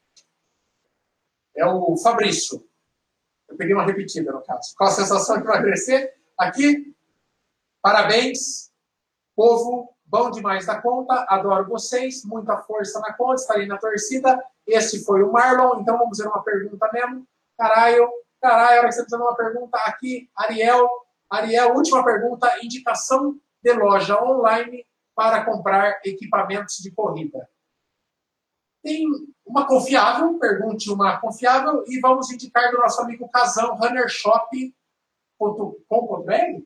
É o Fabrício. Eu peguei uma repetida, no caso. Qual a sensação de emagrecer? Aqui, parabéns, povo, bom demais da conta, adoro vocês, muita força na conta, estarei na torcida. Esse foi o Marlon, então vamos fazer uma pergunta mesmo. Caralho, caralho, hora que você precisa de uma pergunta aqui, Ariel. Ariel, última pergunta, indicação de loja online para comprar equipamentos de corrida. Tem uma confiável, pergunte uma confiável e vamos indicar do nosso amigo Casão, runnershop ponto com ponto b r?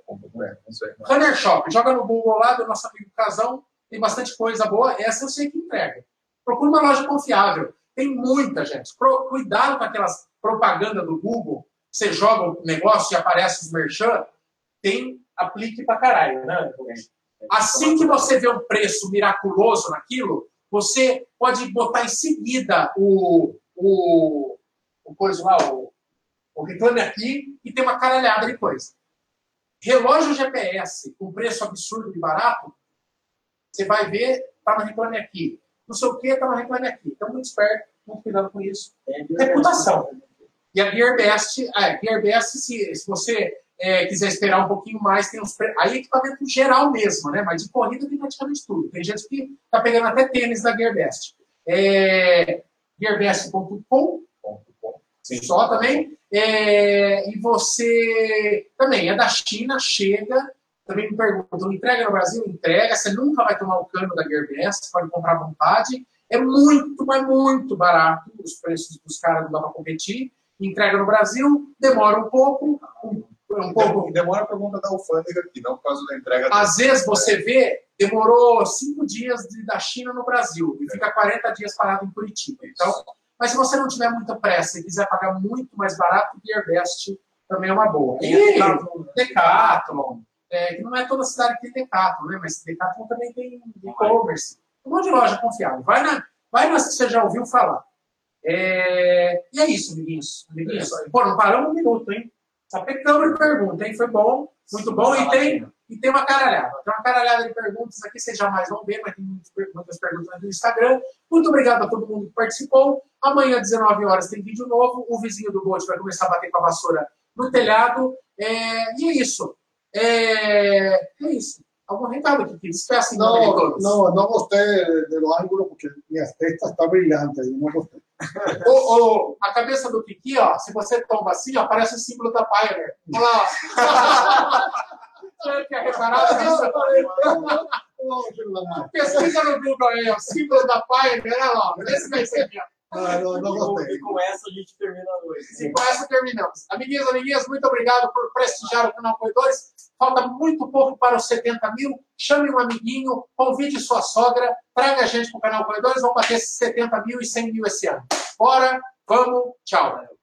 Runner Shop, joga no Google lá do nosso amigo Casão, tem bastante coisa boa, essa eu sei que entrega. Procura uma loja confiável, tem muita gente. Pro, cuidado com aquelas propagandas do Google, você joga o negócio e aparece os merchan, tem aplique pra caralho, né? Assim que você vê um preço miraculoso naquilo, você pode botar em seguida o, o, o coisa lá, o, o Reclame Aqui, e tem uma caralhada de coisa. Relógio G P S com preço absurdo de barato, você vai ver, tá no Reclame Aqui. Não sei o que, tá no Reclame Aqui. Então, muito esperto, muito cuidado com isso. É, reputação. E a GearBest, é, GearBest, se, se você é, quiser esperar um pouquinho mais, tem uns pre... aí é equipamento geral mesmo, né? Mas de corrida tem praticamente tudo. Tem gente que tá pegando até tênis da GearBest. É, gearbest ponto com, só também. É, e você também é da China, chega, também me perguntam, entrega no Brasil? Entrega, você nunca vai tomar o cano da GearBest, pode comprar à vontade, é muito, mas muito barato, os preços dos caras não dá para competir, entrega no Brasil, demora um pouco, um, um pouco... Demora por conta da alfândega aqui, não por causa da entrega... Às vezes você vê, demorou cinco dias de, da China no Brasil, e fica quarenta dias parado em Curitiba, então... Mas se você não tiver muita pressa e quiser pagar muito mais barato, o GearBest também é uma boa. E Decathlon, é, que não é toda cidade que tem Decathlon, né? Mas Decathlon também tem e-commerce. Um monte de loja confiável. Vai, na, vai nas que você já ouviu falar. É, e é isso, amiguinhos. amiguinhos. Pô, não paramos um minuto, hein? Só pecamos de pergunta, hein? Foi bom, muito bom. E tem, e tem uma caralhada. Tem uma caralhada de perguntas aqui, vocês jamais vão ver, mas tem muitas perguntas no Instagram. Muito obrigado a todo mundo que participou. Amanhã, às dezenove horas, tem vídeo novo. O vizinho do Bolt vai começar a bater com a vassoura no telhado. É, e é isso. É, é isso. Algum recado aqui que despeça em nome de todos? Não, não gostei do ângulo, porque minha testa está brilhante aí, não gostei. o, o, a cabeça do Kiki, ó, se você tomba assim, ó, parece o símbolo da Pioneer. Olha lá. Você quer reparar nisso? Pesquisa no Google aí, ó, símbolo da Pioneer, olha lá. Esse vai ser aqui, ó. Ah, não, não gostei. E com essa a gente termina a noite. E com essa terminamos. Amiguinhos, amiguinhas, muito obrigado por prestigiar o canal Corredores. Falta muito pouco para os setenta mil. Chame um amiguinho, convide sua sogra, traga a gente para o canal Corredores. Vamos bater setenta mil e cem mil esse ano. Bora, vamos, tchau.